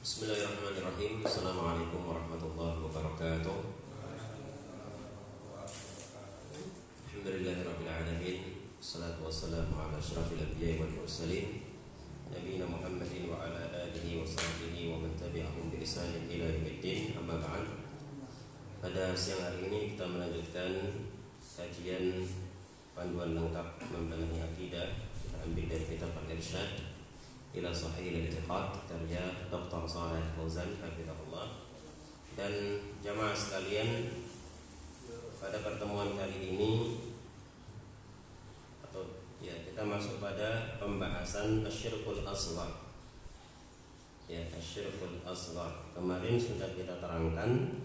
Bismillahirrahmanirrahim. Assalamualaikum warahmatullahi wabarakatuh. Alhamdulillahirabbil alamin. Wassalatu wassalamu ala asyrafil anbiya'i wal mursalin nabiyina Muhammadin wa ala alihi wa sahbihi wa man tabi'ahum bi ihsanin ila yaumiddin. Amma ba'd. Pada siang hari ini kita melanjutkan kajian panduan lengkap membenahi akidah. Kita ambil dari kitab Al-Irsyad ila Sahih al-I'tiqad karya Dr. Shalih Fauzan hafizahullah. Dan jamaah sekalian, pada pertemuan kali ini kita masuk pada pembahasan asyirkul asghar. Asyirkul asghar. Kemarin sudah kita terangkan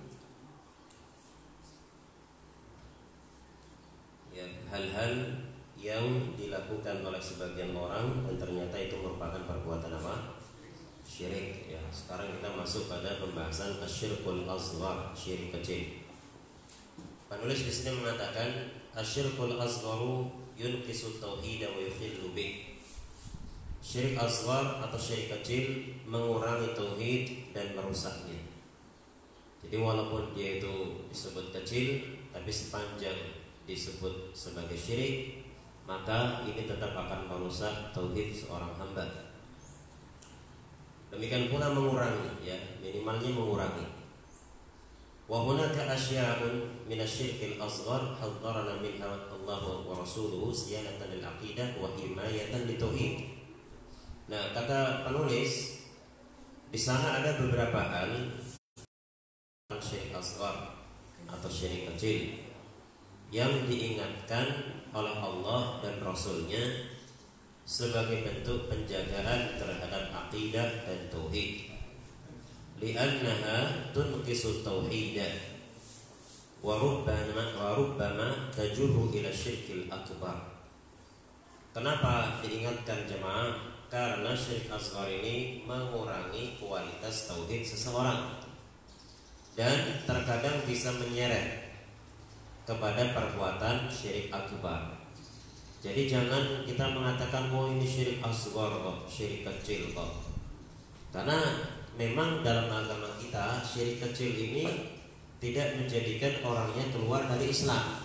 hal-hal yang dilakukan oleh sebagian orang dan ternyata itu merupakan perbuatan apa? Syirik. Sekarang kita masuk pada pembahasan asyirkul asghar, syirik kecil. Penulis di sini mengatakan asyirkul asgharu yunqisu tauhid wa yukhillu bih. Syirik asghar atau syirik kecil mengurangi tauhid dan merusaknya. Jadi walaupun dia itu disebut kecil, tapi sepanjang disebut sebagai syirik, maka ini tetap akan merusak tauhid seorang hamba. Demikian pula mengurangi, minimalnya mengurangi. Wa hunaka asya'un min asy-syirkil asghar hadzarana minha Allah wa rasuluhu siyanatan lil aqidah wa himayatan litauhid. Nah, kata penulis di sana ada beberapa hal syirik asghar atau syirik kecil yang diingatkan oleh Allah dan Rasulnya sebagai bentuk penjagaan terhadap akidah dan tauhid. Li'annaha tunqisu tauhidah wa rubbama tajurru ila syirkil akbar. Kenapa diingatkan jemaah? Karena syirik asghar ini mengurangi kualitas tauhid seseorang dan terkadang bisa menyeret kepada perbuatan syirik akbar. Jadi jangan kita mengatakan ini syirik asghar kok, syirik kecil kok. Karena memang dalam agama kita syirik kecil ini tidak menjadikan orangnya keluar dari Islam.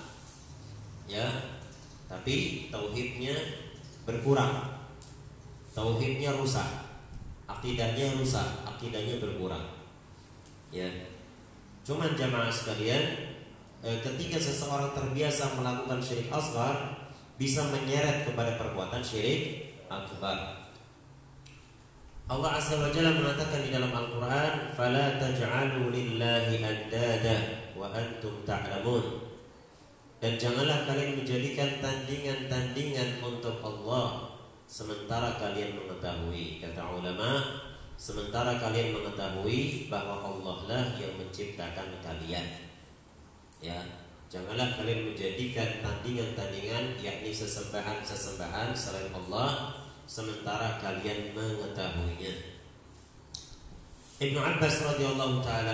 Tapi tauhidnya berkurang. Tauhidnya rusak. Akidahnya rusak, akidahnya berkurang. Cuman jamaah sekalian, ketika seseorang terbiasa melakukan syirik asghar, bisa menyeret kepada perbuatan syirik akbar. Allah Azza wa Jalla mengatakan di dalam Al-Quran, "Fala taj'alu lillahi andada wa antum ta'lamun." Dan janganlah kalian menjadikan tandingan-tandingan untuk Allah sementara kalian mengetahui. Kata ulama, sementara kalian mengetahui bahwa Allah lah yang menciptakan kalian. Janganlah kalian menjadikan tandingan-tandingan, yakni sesembahan-sesembahan selain Allah, sementara kalian mengetahuinya. Ibnu Abbas radhiyallahu taala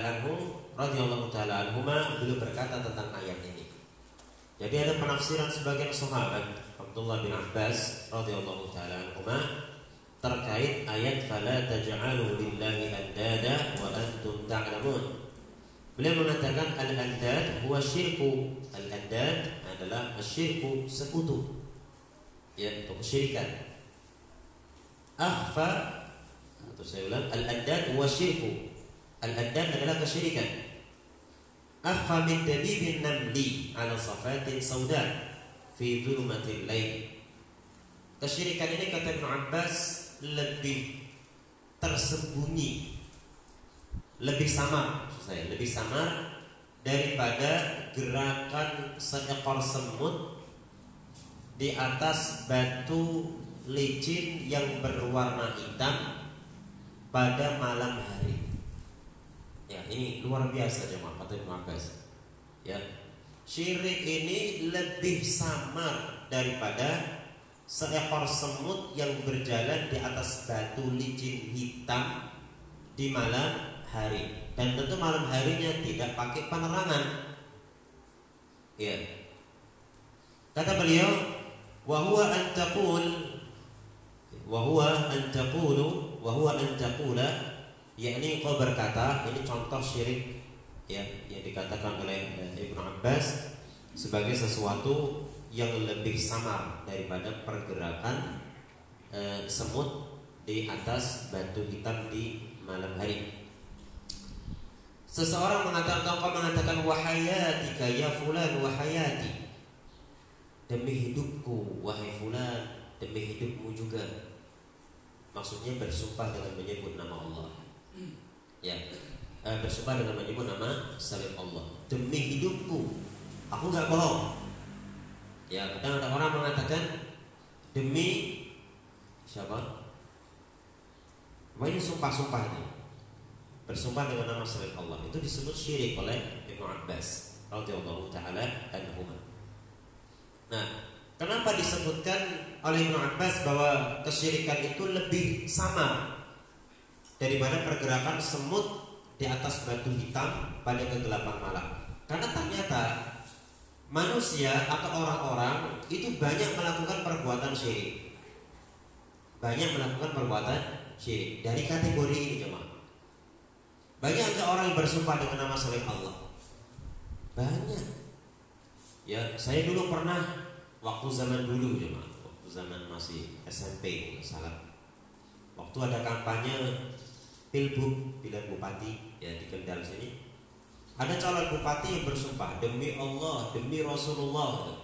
anhuma beliau berkata tentang ayat ini. Jadi ada penafsiran sebagian sahabat Abdullah bin Abbas radhiyallahu taala anhuma terkait ayat fala taj'alu lillahi andada wa antum ta'lamun. Beliau mengatakan al-andad huwa syirku. Al-andad adalah syirku, sekutu, untuk kesyirikan. Akhfa, atau saya ulang, al-andad huwa syirku. Al-andad adalah kesyirikan. Akhfa min dabibin namli ala safatin sauda fi dhulumatil lail. Kesyirikan ini kata Ibnu Abbas lebih tersembunyi, lebih samar daripada gerakan seekor semut di atas batu licin yang berwarna hitam pada malam hari. Ini luar biasa jemaah, kata Ibnu Abbas. Syirik ini lebih samar daripada seekor semut yang berjalan di atas batu licin hitam di malam hari. Dan tentu malam harinya tidak pakai penerangan. Kata beliau, wa huwa an taqula yakni engkau berkata, ini contoh syirik ya yang dikatakan oleh Ibnu Abbas sebagai sesuatu yang lebih samar daripada pergerakan semut di atas batu hitam di malam hari. Seseorang mengatakan, engkau mengatakan wahayatika ya fulan wahayati, demi hidupku wahai fulan, demi hidupmu juga. Maksudnya bersumpah dengan menyebut nama Allah. Ya, bersumpah dengan menyebut nama selain Allah. Demi hidupku, aku nggak bohong. Ya, kadang ada orang mengatakan demi siapa? Ini sumpah-sumpah ini. Bersumpah dengan nama selain Allah itu disebut syirik oleh Ibnu Abbas radhiyallahu taala anhuma. Nah, kenapa disebutkan oleh Ibnu Abbas bahwa kesyirikan itu lebih samar daripada pergerakan semut di atas batu hitam pada kegelapan malam? Karena ternyata manusia atau orang-orang itu banyak melakukan perbuatan syirik. Banyak melakukan perbuatan syirik dari kategori ini jemaah. Banyak orang yang bersumpah dengan nama selain Allah. Banyak. Ya, saya dulu pernah waktu zaman dulu jemaah, waktu zaman masih SMP salah. Waktu ada kampanye Pilbub, pilihan bupati ya di Kendal sini. Ada calon bupati yang bersumpah demi Allah, demi Rasulullah.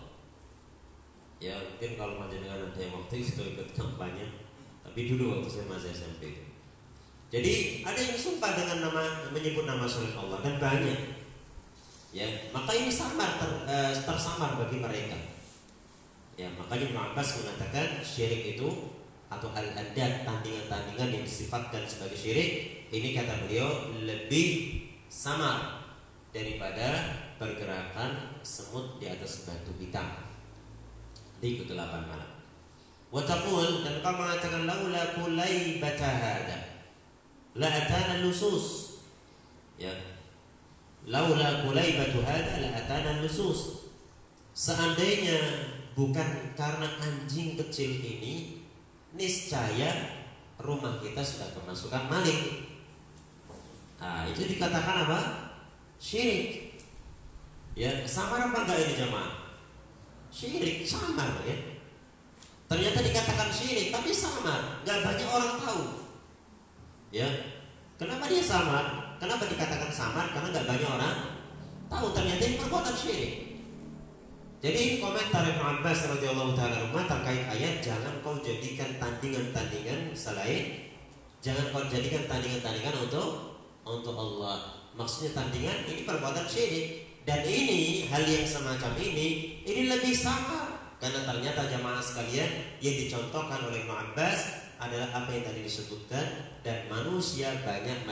Ya, mungkin kalau panjenengan ada yang waktu itu ikut kampanye, tapi dulu waktu saya masih SMP itu. Jadi ada yang sumpah dengan nama, menyebut nama selain Allah dan banyak. Ya, maka ini samar tersamar bagi mereka. Ya, makanya Ibnu Abbas mengatakan syirik itu atau al-adat, tandingan-tandingan yang disifatkan sebagai syirik, ini kata beliau lebih samar daripada pergerakan semut di atas batu hitam di kegelapan malam. Wa taqul, dan kau mengatakan laula kulaibata hada la atana lusus. Ya. Laula kulaibatu hada la atana lusus. Seandainya bukan karena anjing kecil ini, niscaya rumah kita sudah kemasukan maling. Nah, itu dikatakan apa? Syirik. Ya, samar apa enggak ini jemaah? Syirik, samar ya. Ternyata dikatakan syirik, tapi samar, enggak banyak orang tahu. Ya, kenapa dia samar? Kenapa dikatakan samar? Karena nggak banyak orang tahu ternyata ini perbuatan syirik. Jadi komentar Ibnu Abbas radhiyallahu taala anhu terkait ayat jangan kau jadikan tandingan-tandingan selain, jangan kau jadikan tandingan-tandingan untuk Allah. Maksudnya tandingan ini perbuatan syirik, dan ini hal yang semacam ini lebih samar karena ternyata jamaah sekalian yang dicontohkan oleh Ibnu Abbas adalah apa yang tadi disebutkan, dan manusia banyak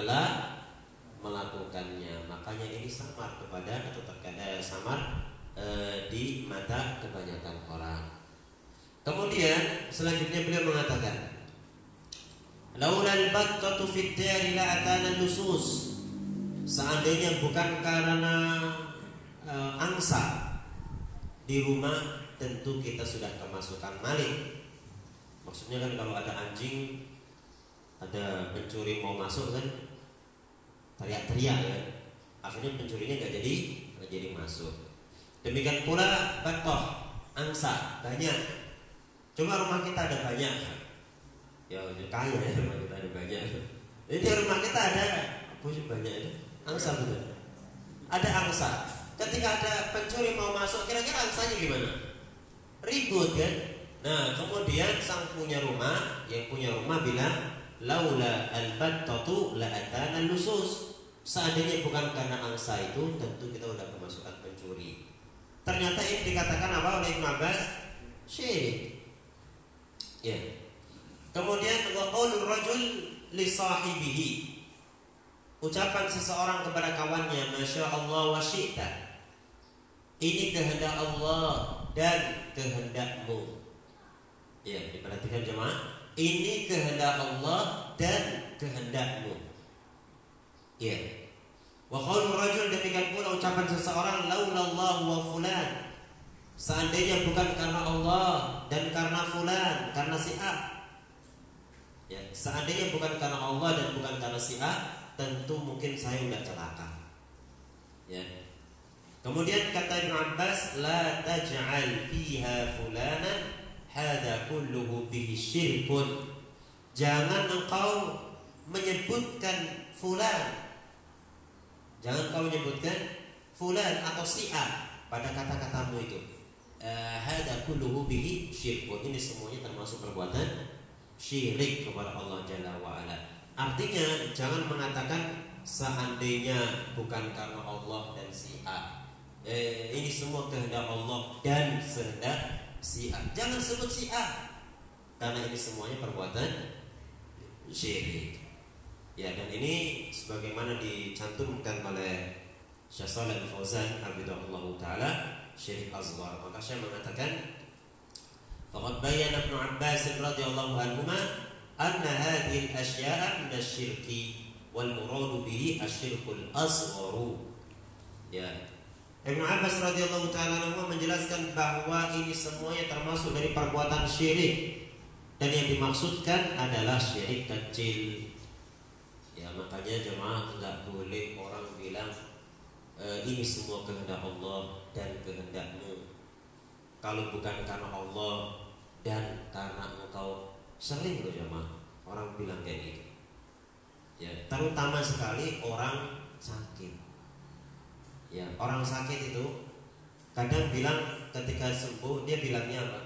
melakukannya. Makanya ini samar kepada atau terkadang samar di mata kebanyakan orang. Kemudian selanjutnya beliau mengatakan, laulal battatu fid dari la atana lusus. Seandainya bukan karena angsa di rumah, tentu kita sudah kemasukan maling. Maksudnya kan kalau ada anjing, ada pencuri mau masuk kan teriak-teriak ya, akhirnya pencurinya nggak jadi masuk. Demikian pula batoh, angsa banyak. Cuma rumah kita ada banyak, ya kaya ya rumah kita ada banyak. Jadi rumah kita ada apa sih banyak itu? Angsa betul. Ada angsa. Ketika ada pencuri mau masuk, kira-kira angsanya gimana? Ribut kan? Nah, kemudian yang punya rumah bilang, laula al-battatu la atana lusus. Seandainya bukan karena angsa itu, tentu kita udah kemasukan pencuri. Ternyata ini dikatakan apa oleh Ibnu Abbas? Syirik. Ya. Kemudian wa qaulur rajul li sahibihi. Ucapan seseorang kepada kawannya, masya Allah wa syi'ta. Ini kehendak Allah dan kehendakmu. Ya, diperhatikan jemaah. Ini kehendak Allah dan kehendakmu. Ya. Wa qaulur rajul, demikian pula ucapan seseorang, laulallahu wa fulan. Seandainya bukan karena Allah dan karena fulan, karena si A. Ya, seandainya bukan karena Allah dan bukan karena si A, tentu mungkin saya udah celaka. Ya. Kemudian kata Ibnu Abbas, la taj'al fiha fulanan hada kulluhu bihi syirkun. Jangan engkau menyebutkan fulan. Jangan kau menyebutkan fulan atau si A pada kata-katamu itu. Hada kulluhu bihi syirkun. Ini semuanya termasuk perbuatan syirik kepada Allah Jalla wa Ala. Artinya jangan mengatakan seandainya bukan karena Allah dan si A. Ini semua kehendak Allah dan kehendak si A. Jangan sebut si A, karena ini semuanya perbuatan syirik. Ya, dan ini sebagaimana dicantumkan oleh Syekh Shalih Al-Fauzan hafizahullah taala, syirik asghar. Maka saya mengatakan faqad bayyana Ibnu Abbas radhiyallahu anhuma anna hadhihi al-asya'a min asy-syirki wal muradu bihi asy-syirkul asghar. Ya. Ibnu Abbas radhiyallahu taala anhu menjelaskan bahwa ini semuanya termasuk dari perbuatan syirik dan yang dimaksudkan adalah syirik kecil. Ya, makanya jemaah tidak boleh orang bilang ini semua kehendak Allah dan kehendakmu. Kalau bukan karena Allah dan karena engkau, sering loh jemaah orang bilang kayak gitu. Ya, terutama sekali orang sakit. Ya, orang sakit itu kadang bilang ketika sembuh dia bilangnya apa?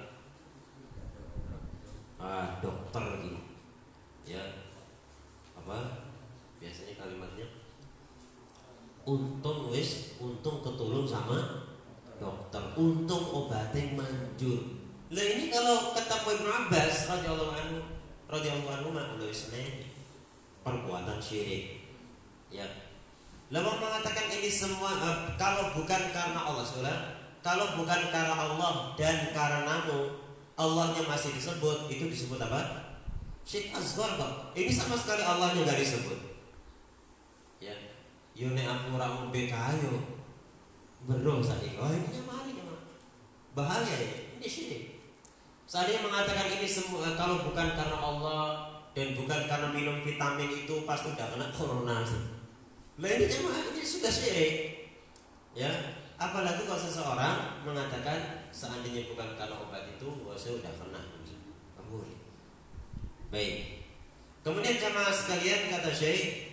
Dokter gitu. Ya, apa? Biasanya kalimatnya untung ketulung sama dokter, untung obatnya manjur. Lah ini kalau kata Ibnu Abbas radhiyallahu anhu mah perbuatan syirik. Ya. Lalu mengatakan ini semua kalau bukan karena Allah, kalau bukan karena Allah dan karenamu, Allahnya masih disebut, itu disebut apa? Syirik asghar kok. Ini sama sekali Allahnya nggak disebut. Ya. Yone aku ora ngombe kayu. Beruh saiki. Oh ini mari ya. Bahaya ya. Ini syirik. Saya mengatakan ini semua kalau bukan karena Allah dan bukan karena minum vitamin itu pasti udah kena corona. Lah ini sudah syirik. Ya. Apalagi kalau seseorang mengatakan seandainya bukan karena obat itu, saya sudah kena. Boleh. Baik. Kemudian jamaah sekalian kata Syekh,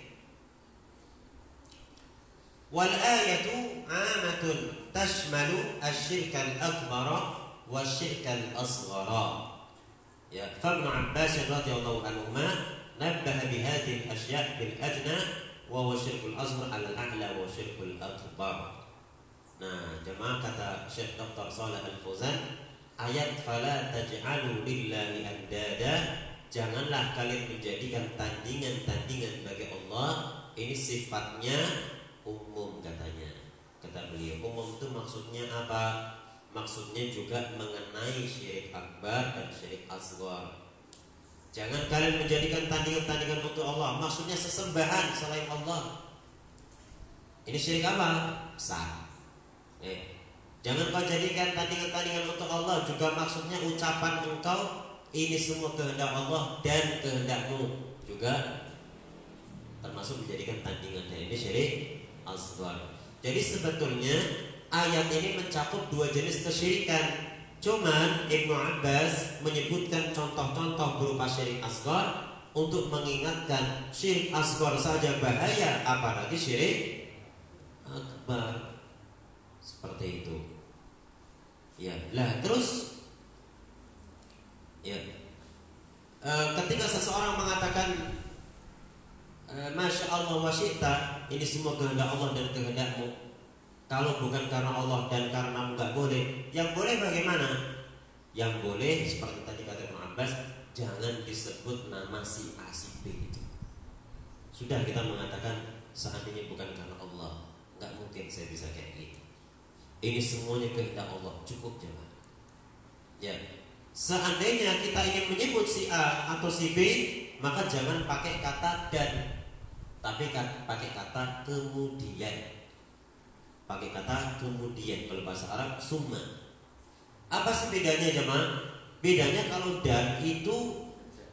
wal ayatu amatun tashmalu asy-syirk al-akbar wasy-syirk al-asghar. Ya, Ibnu Abbas radhiyallahu anhuma nabbaha bi hadhihi al-ashya' bil adna wa huwa syirkul asghar al-a'la wa syirkul akbar. Nah, jemaah kata Syekh Dr. Shalih Al-Fauzan, ayat fala taj'alu lillahi andada, janganlah kalian menjadikan tandingan-tandingan bagi Allah. Ini sifatnya umum katanya. Kata beliau, umum itu maksudnya apa? Maksudnya juga mengenai syirik akbar dan syirik asghar. Jangan kalian menjadikan tandingan-tandingan untuk Allah. Maksudnya sesembahan selain Allah. Ini syirik apa? Besar. Jangan kau jadikan tandingan-tandingan untuk Allah. Juga maksudnya ucapan engkau ini semua kehendak Allah dan kehendakmu juga termasuk menjadikan tandingan. Dan ini syirik asghar. Jadi sebetulnya ayat ini mencakup dua jenis kesyirikan. Cuman Ibnu Abbas menyebutkan contoh-contoh berupa syirik asghar untuk mengingatkan syirik asghar saja bahaya, apalagi syirik akbar. Seperti itu. Ya, lah terus ya. Ketika seseorang mengatakan Masya Allah wa syi'ta, ini semua kehendak Allah dan kehendakmu. Kalau bukan karena Allah dan karenamu enggak boleh. Yang boleh bagaimana? Yang boleh seperti tadi kata Ibnu Abbas, jangan disebut nama si A si B itu. Sudah kita mengatakan seandainya bukan karena Allah, enggak mungkin saya bisa kayak gitu. Ini semuanya kehendak Allah, cukup jangan. Ya, seandainya kita ingin menyebut si A atau si B, maka jangan pakai kata dan, tapi pakai kata kemudian. Pakai kata kemudian. Kalau bahasa Arab summa. Apa sih bedanya jemaah? Bedanya kalau dan itu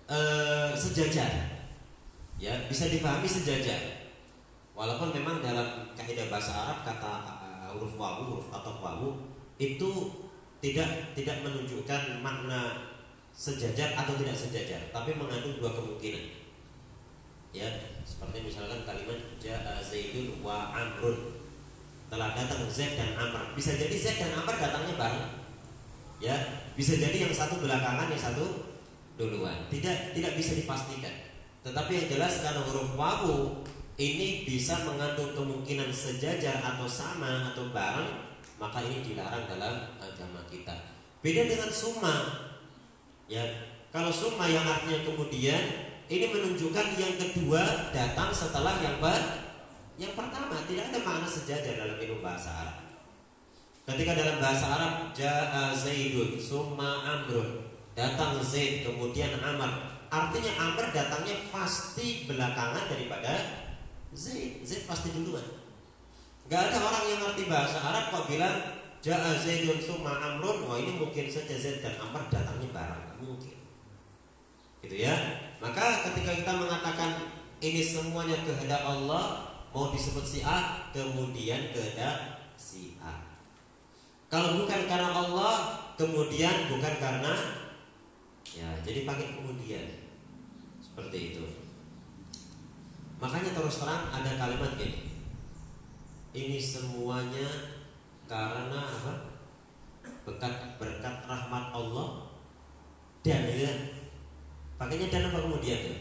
sejajar. Ya, bisa dipahami sejajar. Walaupun memang dalam kaidah bahasa Arab kata huruf wawu, huruf atau wawu itu tidak menunjukkan makna sejajar atau tidak sejajar, tapi mengandung dua kemungkinan. Ya, seperti misalkan kalimat jaa Zaidun wa Amrun. Telah datang Zaid dan Amr. Bisa jadi Zaid dan Amr datangnya bareng. Ya, bisa jadi yang satu belakangan, yang satu duluan. Tidak bisa dipastikan. Tetapi yang jelas karena huruf wawu ini bisa mengandung kemungkinan sejajar atau sama atau bareng, maka ini dilarang dalam agama kita. Beda dengan summa. Ya, kalau summa yang artinya kemudian, ini menunjukkan yang kedua datang setelah yang pertama. Tidak ada makna sejajar dalam ilmu bahasa Arab. Ketika dalam bahasa Arab jaa Zaidun summa Amrun, datang Zaid kemudian Amr, artinya Amr datangnya pasti belakangan daripada Zaid. Zaid pasti duluan. Gak ada orang yang ngerti bahasa Arab kok bilang jaa Zaidun summa Amrun, wah ini mungkin saja Zaid dan Amr datangnya bareng. Gak mungkin. Gitu ya. Maka ketika kita mengatakan ini semuanya kehendak Allah, mau disebut si A, kemudian kehendak si A. Kalau bukan karena Allah, kemudian bukan karena, ya jadi pakai kemudian. Seperti itu. Makanya terus terang ada kalimat gini, ini semuanya karena apa? Berkat rahmat Allah. Dan ya, pakainya dan apa kemudian ya?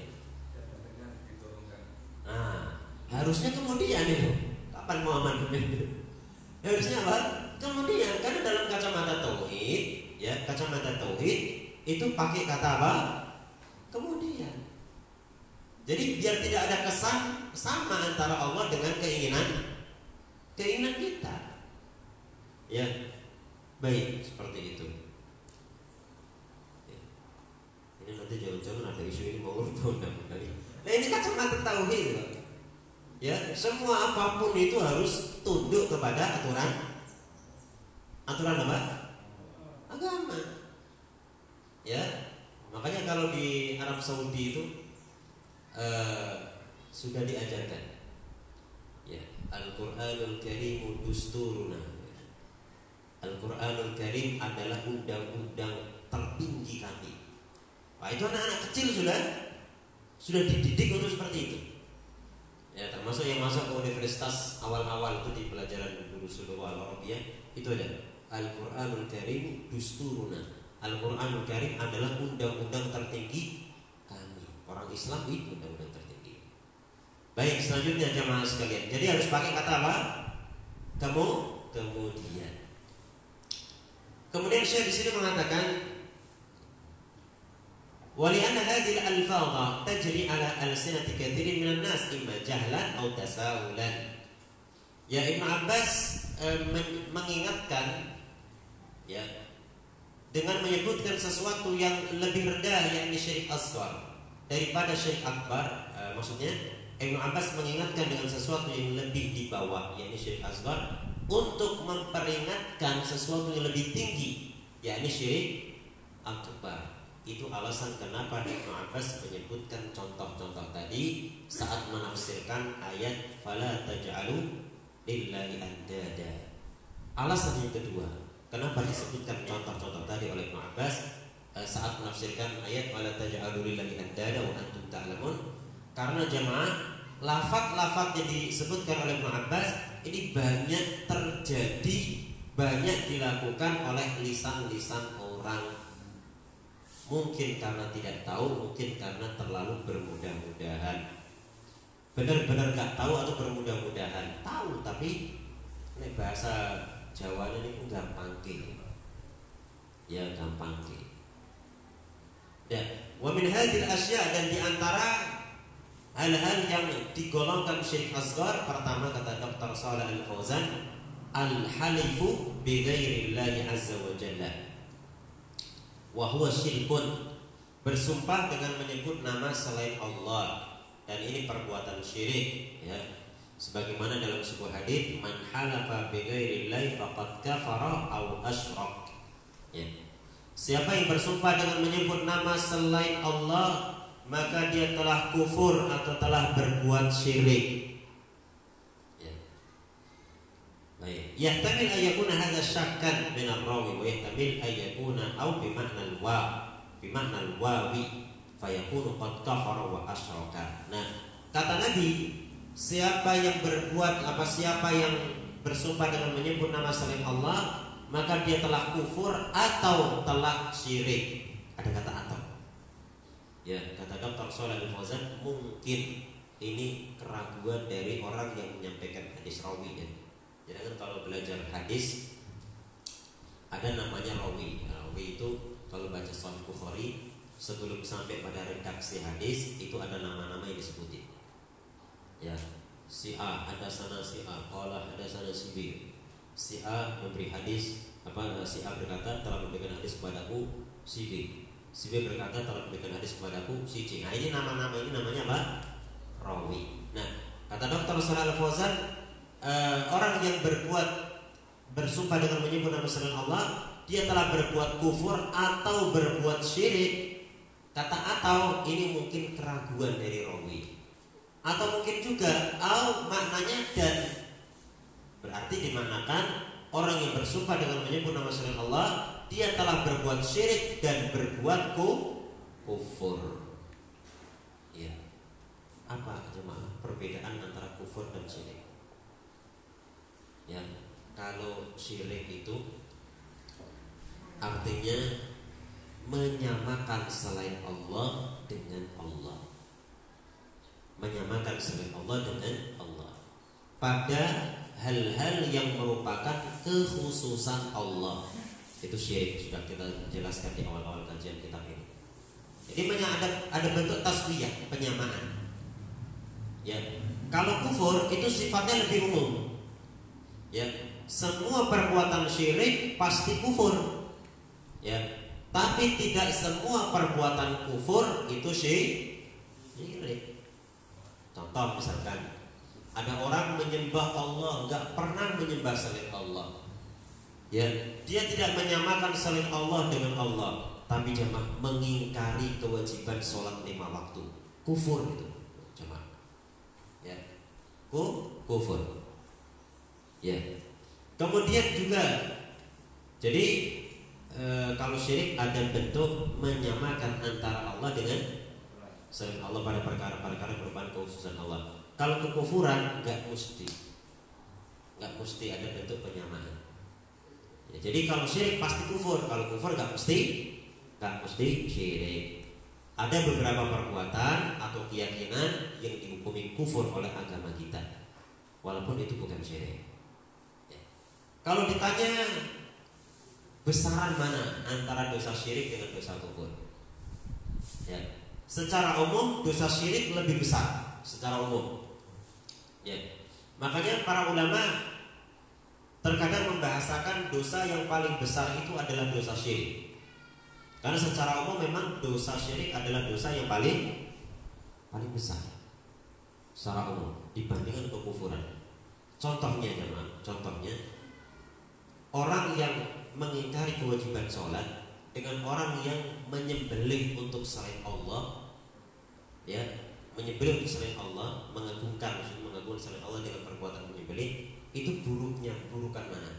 Nah, harusnya kemudian itu. Kapan Muhammad itu? Harusnya apa? Kemudian, karena dalam kacamata tauhid, ya kacamata tauhid itu pakai kata apa? Kemudian. Jadi biar tidak ada kesan sama antara Allah dengan keinginan kita. Ya, baik seperti itu. Ya. Ini nanti jangan-jangan ada isu ini mau undang kali. Nah ini kacamata tauhid, loh. Ya, semua apapun itu harus tunduk kepada aturan apa? Agama. Ya, makanya kalau di Arab Saudi itu sudah diajarkan. Ya, Al-Qur'anul Karim dusturuna. Al-Qur'anul Karim adalah undang-undang tertinggi kami. Wah, itu anak-anak kecil sudah dididik untuk seperti itu. Ya, termasuk yang masuk ke universitas awal-awal itu di pelajaran dulu seluruh Al-Arabiyah itu ada Al-Qur'anul Karim dusturuna. Al-Qur'anul Karim adalah undang-undang tertinggi kami. Orang Islam itu undang-undang tertinggi. Baik, selanjutnya jamaah sekalian. Jadi harus pakai kata apa? Kemudian. Kemudian Syekh di sini mengatakan walianna hadhil al-alfadha tajri ala alsinati katsirin minan nas imma jahlan aw tasahulan. Ya, Ibnu Abbas mengingatkan ya dengan menyebutkan sesuatu yang lebih rendah yakni syirik asghar daripada syirik akbar. Maksudnya Ibnu Abbas mengingatkan dengan sesuatu yang lebih di bawah yakni syirik asghar untuk memperingatkan sesuatu yang lebih tinggi yakni syirik akbar. Itu alasan kenapa Ibnu Abbas menyebutkan contoh-contoh tadi saat menafsirkan ayat fala taj'alu lillahi andada. Alasan yang kedua, kenapa disebutkan contoh-contoh tadi oleh Ibnu Abbas saat menafsirkan ayat wala taj'alu lillahi andada wa antum ta'lamun? Karena jemaah lafaz-lafaz yang disebutkan oleh Ibnu Abbas ini banyak terjadi, banyak dilakukan oleh lisan-lisan orang. Mungkin karena tidak tahu, mungkin karena terlalu bermudah-mudahan. Benar-benar gak tahu atau bermudah-mudahan. Tahu tapi ini bahasa Jawa ini gampang ke. Ya gampang ke. Ya, wa min hadhil asya, dan diantara hal-hal yang digolongkan syirik asghar, pertama kata Dr. Shalih Al-Fauzan, al-halifu bi ghairillahi azza wa jalla. Wa huwa syirkun, bersumpah dengan menyebut nama selain Allah, dan ini perbuatan syirik ya. Sebagaimana dalam sebuah hadis, man halafa bi ghairillahi faqad kafara aw asyrak. Ya. Siapa yang bersumpah dengan menyebut nama selain Allah, maka dia telah kufur atau telah berbuat syirik. Ya. Baik. Yahtamil ayyakuna hadza syakkan min ar-rawi wa yahtamil ayyakuna au bi ma'nal wawi fayakunu qad kafara wa asyraka. Nah, kata Nabi, siapa yang bersumpah dengan menyebut nama selain Allah, maka dia telah kufur atau telah syirik. Ada kata atau. Ya, kata Dr. Shalih Al-Fauzan, mungkin ini keraguan dari orang yang menyampaikan hadis rawi ya. Jadi kan kalau belajar hadis ada namanya rawi. Rawi itu kalau baca Sahih Bukhari sebelum sampai pada redaksi hadis itu ada nama-nama yang disebutin. Ya, si A ada sana si A, qala ada sana si B. Si A memberi hadis si A berkata telah memberikan hadis kepadaku si B. Si B berkata telah memberikan hadis kepadaku si C. Nah, ini nama-nama ini namanya apa? Rawi. Nah, kata Dr. Shalih Al-Fauzan, orang yang bersumpah dengan menyebut nama selain Allah, dia telah berbuat kufur atau berbuat syirik. Kata atau ini mungkin keraguan dari rawi. Atau mungkin juga maknanya dan, berarti dimanakan orang yang bersumpah dengan menyebut nama selain Allah, dia telah berbuat syirik dan berbuat kufur. Ya. Apa jemaah perbedaan antara kufur dan syirik? Ya, kalau syirik itu artinya menyamakan selain Allah dengan Allah. Menyamakan selain Allah dengan Allah pada hal-hal yang merupakan kekhususan Allah. Itu syirik, sudah kita jelaskan di awal-awal kajian kitab ini. Jadi ada bentuk taswiyah, penyamaan. Ya, kalau kufur itu sifatnya lebih umum. Ya, semua perbuatan syirik pasti kufur. Ya, tapi tidak semua perbuatan kufur itu syirik. Contoh misalkan ada orang menyembah Allah, nggak pernah menyembah selain Allah. Ya, dia tidak menyamakan selain Allah dengan Allah, tapi jemaah mengingkari kewajiban sholat 5 waktu. Kufur itu, jemaah. Ya, kufur. Ya. Kemudian juga, jadi kalau syirik ada bentuk menyamakan antara Allah dengan selain Allah pada perkara-perkara yang merupakan kekhususan Allah. Kalau kekufuran nggak mesti ada bentuk penyamaan. Ya, jadi kalau syirik pasti kufur, kalau kufur nggak mesti syirik. Ada beberapa perbuatan atau keyakinan yang dihukumi kufur oleh agama kita, walaupun itu bukan syirik. Ya. Kalau ditanya besaran mana antara dosa syirik dengan dosa kufur? Ya, secara umum dosa syirik lebih besar secara umum. Ya, makanya para ulama terkadang membahasakan dosa yang paling besar itu adalah dosa syirik. Karena secara umum memang dosa syirik adalah dosa yang paling besar secara umum dibandingkan kekufuran. Contohnya orang yang mengingkari kewajiban sholat dengan orang yang menyembelih untuk selain Allah, ya, menyembelih untuk selain Allah, mengagungkan selain Allah dengan perbuatan menyembelih, itu burukan mana?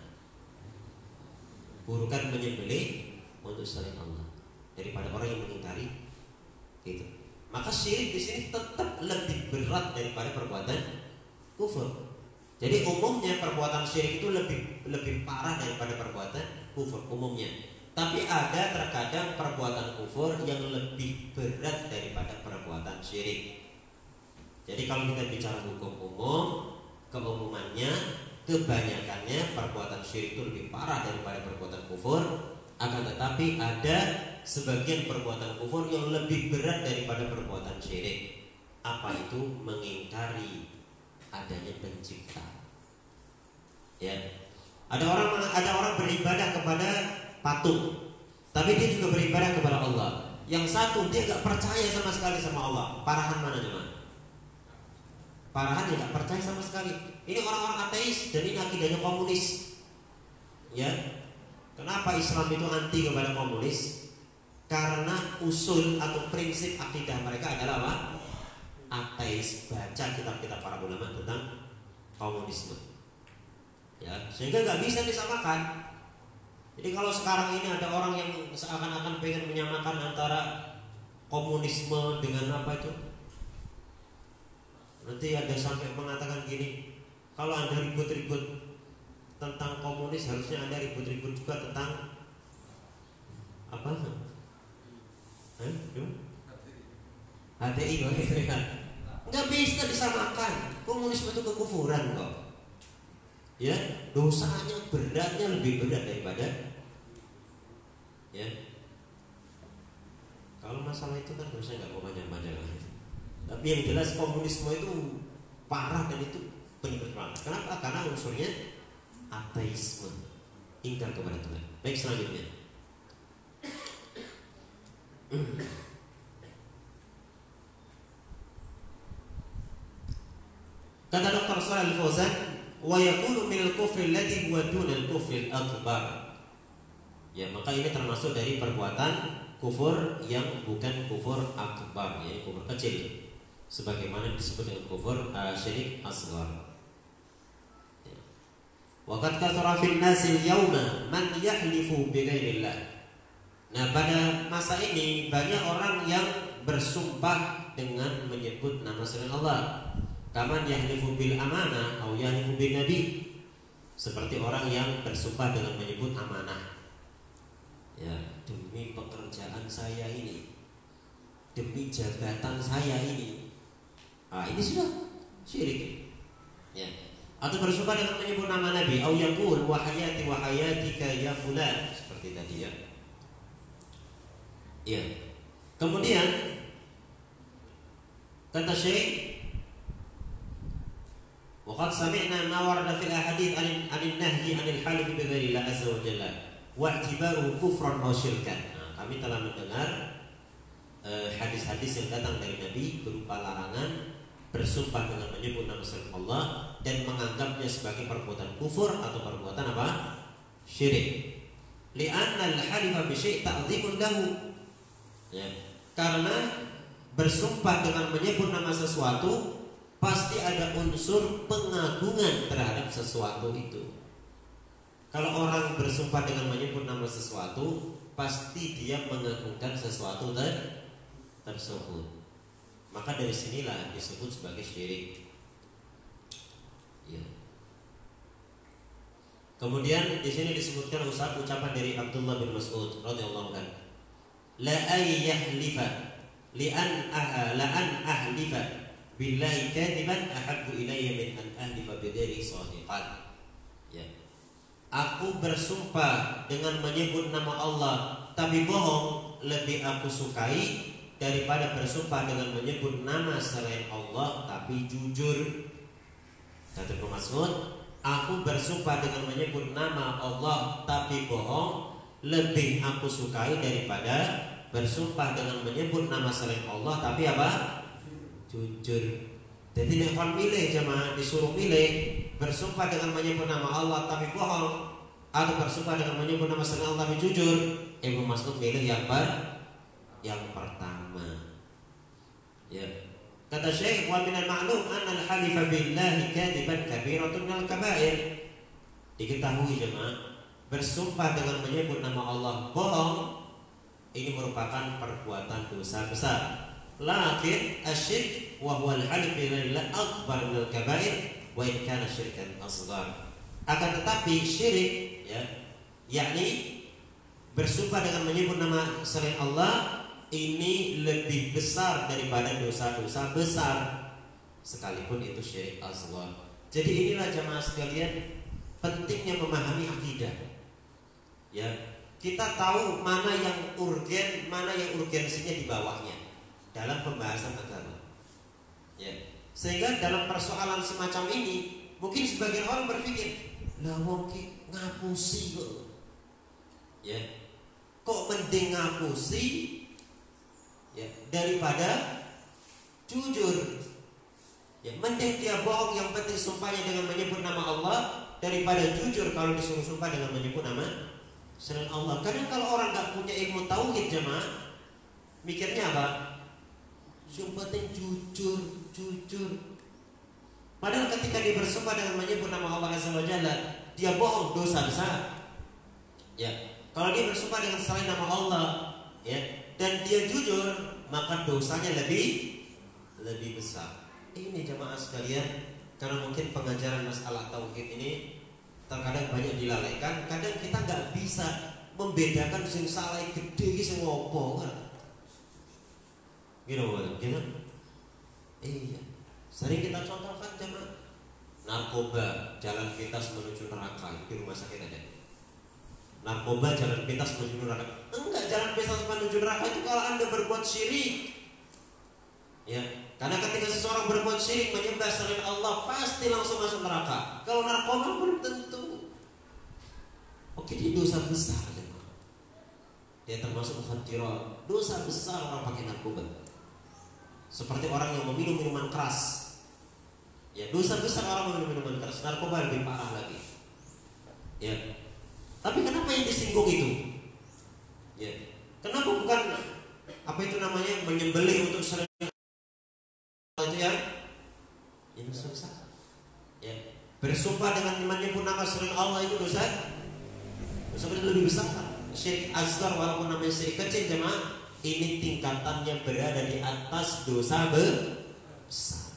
Burukan menyembelih untuk selain Allah daripada orang yang mengingkari gitu. Maka syirik di sini tetap lebih berat daripada perbuatan kufur. Jadi umumnya perbuatan syirik itu lebih parah daripada perbuatan kufur umumnya. Tapi ada terkadang perbuatan kufur yang lebih berat daripada perbuatan syirik. Jadi kalau kita bicara hukum umum, keumumannya, kebanyakannya perbuatan syirik itu lebih parah daripada perbuatan kufur. Akan tetapi ada sebagian perbuatan kufur yang lebih berat daripada perbuatan syirik. Apa itu? Mengingkari adanya pencipta. Ya, ada orang beribadah kepada patung, tapi dia juga beribadah kepada Allah. Yang satu dia gak percaya sama sekali sama Allah. Parahan mana teman? Parahan dia gak percaya sama sekali. Ini orang-orang ateis dan ini akidahnya komunis. Ya, kenapa Islam itu anti kepada komunis? Karena usul atau prinsip akidah mereka adalah apa? Ateis. Baca kitab-kitab para ulama tentang komunisme. Ya, sehingga nggak bisa disamakan. Jadi kalau sekarang ini ada orang yang seakan-akan pengen menyamakan antara komunisme dengan apa itu? Nanti ada sampai mengatakan gini, kalau Anda ribut-ribut tentang komunis, harusnya Anda ribut-ribut juga tentang apa? HTI. Nggak bisa disamakan. Komunisme itu kekufuran kok. Ya, dosanya beratnya lebih berat daripada ya. Kalau masalah itu kan saya nggak mau panjang-panjang. Tapi yang jelas komunisme itu parah dan itu penyebab banget. Kenapa? Karena unsurnya ateisme, ingkar kepada Tuhan. Baik, selanjutnya. Kata Dr. Shalih Al-Fauzan, wa yakunu min al-kufri alladhi huwa duna al-kufri al-akbar. Ya, maka ini termasuk dari perbuatan kufur yang bukan kufur akbar, ya, kufur kecil, sebagaimana disebut dengan kufur syirik asghar. Ya. Wa qad kathara fil nasi al-yawma man yahlifu bi ghairillah. Nah, pada masa ini banyak orang yang bersumpah dengan menyebut nama selain Allah. Kaman yahlifu bil amanah atau yahlifu bin nabi, seperti orang yang bersumpah dengan menyebut amanah. Ya, demi pekerjaan saya ini, demi jabatan saya ini. Ini sudah syirik. Ya. Atau bersumpah dengan menyebut nama Nabi, au yaqul wa hayati wa hayatika ya fulan, seperti tadi ya. Ya. Kemudian kata Syekh, waqad sami'na ma warada fil ahadits 'anil nahyi 'anil halif bi ghairillah azza wa jalla wa i'tibaruhu kufran aw syirkan. Kami telah mendengar hadis-hadis yang datang dari Nabi berupa larangan bersumpah dengan menyebut nama selain Allah dan menganggapnya sebagai perbuatan kufur atau perbuatan apa? Syirik. Li'anna al-halifa bi syai' ta'dhimun lahu. Ya, karena bersumpah dengan menyebut nama sesuatu pasti ada unsur pengagungan terhadap sesuatu itu. Kalau orang bersumpah dengan menyebut nama sesuatu, pasti dia mengagungkan sesuatu tersebut. Maka dari sinilah disebut sebagai syirik. Ya. Kemudian di sini disebutkan ucapan dari Abdullah bin Mas'ud radhiyallahu anhu. La ayyahlifa la an ahlifa billahi kadiban ahabbu ilayya min an ahlifa bighairi shadiqan. Ya. Aku bersumpah dengan menyebut nama Allah tapi bohong lebih aku sukai daripada bersumpah dengan menyebut nama selain Allah tapi jujur. Kata Ibnu Mas'ud, aku bersumpah dengan menyebut nama Allah tapi bohong lebih aku sukai daripada bersumpah dengan menyebut nama selain Allah tapi apa? Jujur. Jadi jangan milih, jemaah, disuruh milih bersumpah dengan menyebut nama Allah tapi bohong atau bersumpah dengan menyebut nama selain Allah tapi jujur. Ibnu Mas'ud milih yang pertama. Ya. Kata Syekh, wa minal ma'lum anna al-halifa billahi kadiban kabiratun minal kabair. Diketahui jemaah, bersumpah dengan menyebut nama Allah bohong ini merupakan perbuatan dosa besar. Lakin asyirk wa huwa al-halif billahi akbar minal kabair wa in kana syirkan asghar. Akan tetapi syirik, ya, yakni bersumpah dengan menyebut nama selain Allah ini lebih besar daripada dosa-dosa besar sekalipun itu syirik asghar. Jadi inilah jemaah sekalian pentingnya memahami akidah. Ya, kita tahu mana yang urgen, mana yang urgensinya di bawahnya dalam pembahasan agama. Ya, sehingga dalam persoalan semacam ini mungkin sebagian orang berpikir, lah wong ki ngapusi kok. Ya, kok mending ngapusi ya daripada jujur. Ya, mending dia bohong yang penting sumpahnya dengan menyebut nama Allah daripada jujur kalau disuruh sumpah dengan menyebut nama selain Allah. Kadang kalau orang nggak punya ilmu tauhid jemaah, mikirnya apa? Sumpah jujur. Padahal ketika dia bersumpah dengan menyebut nama Allah Azza wa Jalla, dia bohong, dosa besar. Ya, kalau dia bersumpah dengan selain nama Allah, ya, dan dia jujur, maka dosanya lebih besar. Ini jemaah sekalian, karena mungkin pengajaran masalah tauhid ini terkadang banyak dilalaikan. Kadang kita nggak bisa membedakan sing salah gede sing opo kan. Gitu. Iya. Sering kita contohkan jemaah. Narkoba jalan pintas menuju neraka di rumah sakit ada. Narkoba jalan pintas menuju neraka. Enggak, jalan pintas menuju neraka itu kalau Anda berbuat syirik. Ya, karena ketika seseorang berbuat syirik menyembah selain Allah pasti langsung masuk neraka. Kalau narkoba belum tentu. Oke, dia dosa besar jemaah. Dia termasuk mukhadirah. Dosa besar orang pakai narkoba. Seperti orang yang meminum minuman keras. Ya, dosa besar orang meminum minuman keras. Narkoba lebih parah lagi. Ya. Tapi kenapa yang disinggung itu? Ya. Kenapa bukan apa itu namanya menyembelih untuk selain itu ya? Ini dosa. Ya. Bersumpah dengan menyebut nama selain Allah itu dosa. Dosa lebih besar. Syirik asghar walaupun namanya syirik kecil jemaah, ini tingkatannya berada di atas dosa besar.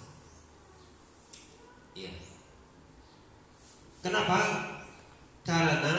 Iya. Kenapa? Karena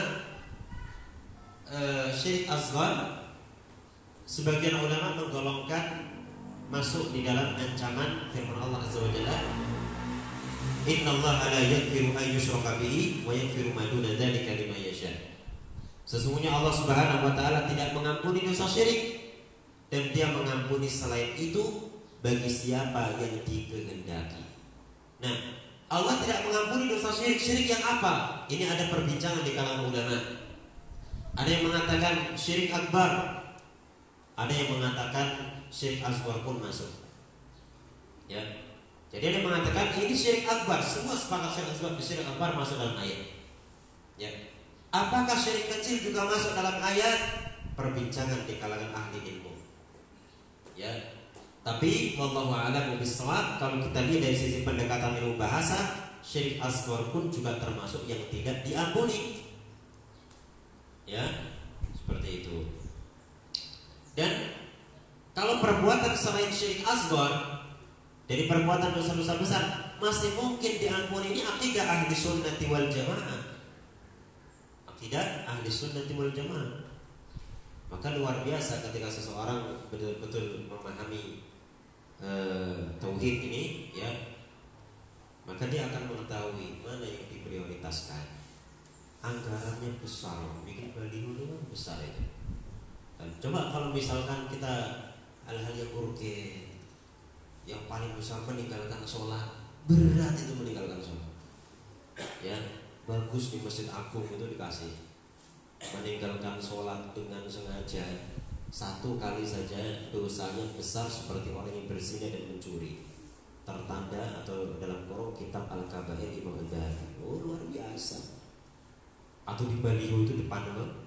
syirik asghar sebagian ulama menggolongkan masuk di dalam ancaman firman Allah Azza wa Jalla, "Innallaha la yaghfiru an yushraka bihi wa yaghfiru ma duna dzalika liman yasha." Sesungguhnya Allah Subhanahu wa taala tidak mengampuni dosa syirik, dan Dia mengampuni selain itu bagi siapa yang dikehendaki. Nah, Allah tidak mengampuni dosa syirik. Syirik yang apa? Ini ada perbincangan di kalangan ulama. Ada yang mengatakan syirik akbar, ada yang mengatakan syirik asghar pun masuk. Ya, jadi ada yang mengatakan ini syirik akbar. Semua sepakat syirik akbar masuk dalam ayat. Ya, apakah syirik kecil juga masuk dalam ayat? Perbincangan di kalangan ahli ilmu. Ya, tapi wallahu a'lam bishawab. Kalau kita lihat dari sisi pendekatan ilmu bahasa, syirik asghar pun juga termasuk yang tidak diampuni. Ya, seperti itu. Dan kalau perbuatan selain syirik asghar dari perbuatan dosa-dosa besar masih mungkin diampuni, ini akidah ahli sunnati wal jamaah. Akidah ahli sunnati wal jamaah. Maka luar biasa ketika seseorang betul-betul memahami tauhid ini, ya, maka dia akan mengetahui mana yang diprioritaskan. Anggarannya besar, bikin baliho itu kan besar itu. Dan coba kalau misalkan kita hal-hal yang urgen, yang paling besar meninggalkan sholat, berat itu meninggalkan sholat. Ya, bagus di Masjid Agung itu dikasih meninggalkan sholat dengan sengaja 1 kali saja dosanya besar seperti orang yang berzina dan mencuri. Tertanda atau dalam Quran kitab Al-Kabair Imam Ghazali. Oh, luar biasa. Atau di baliho itu depan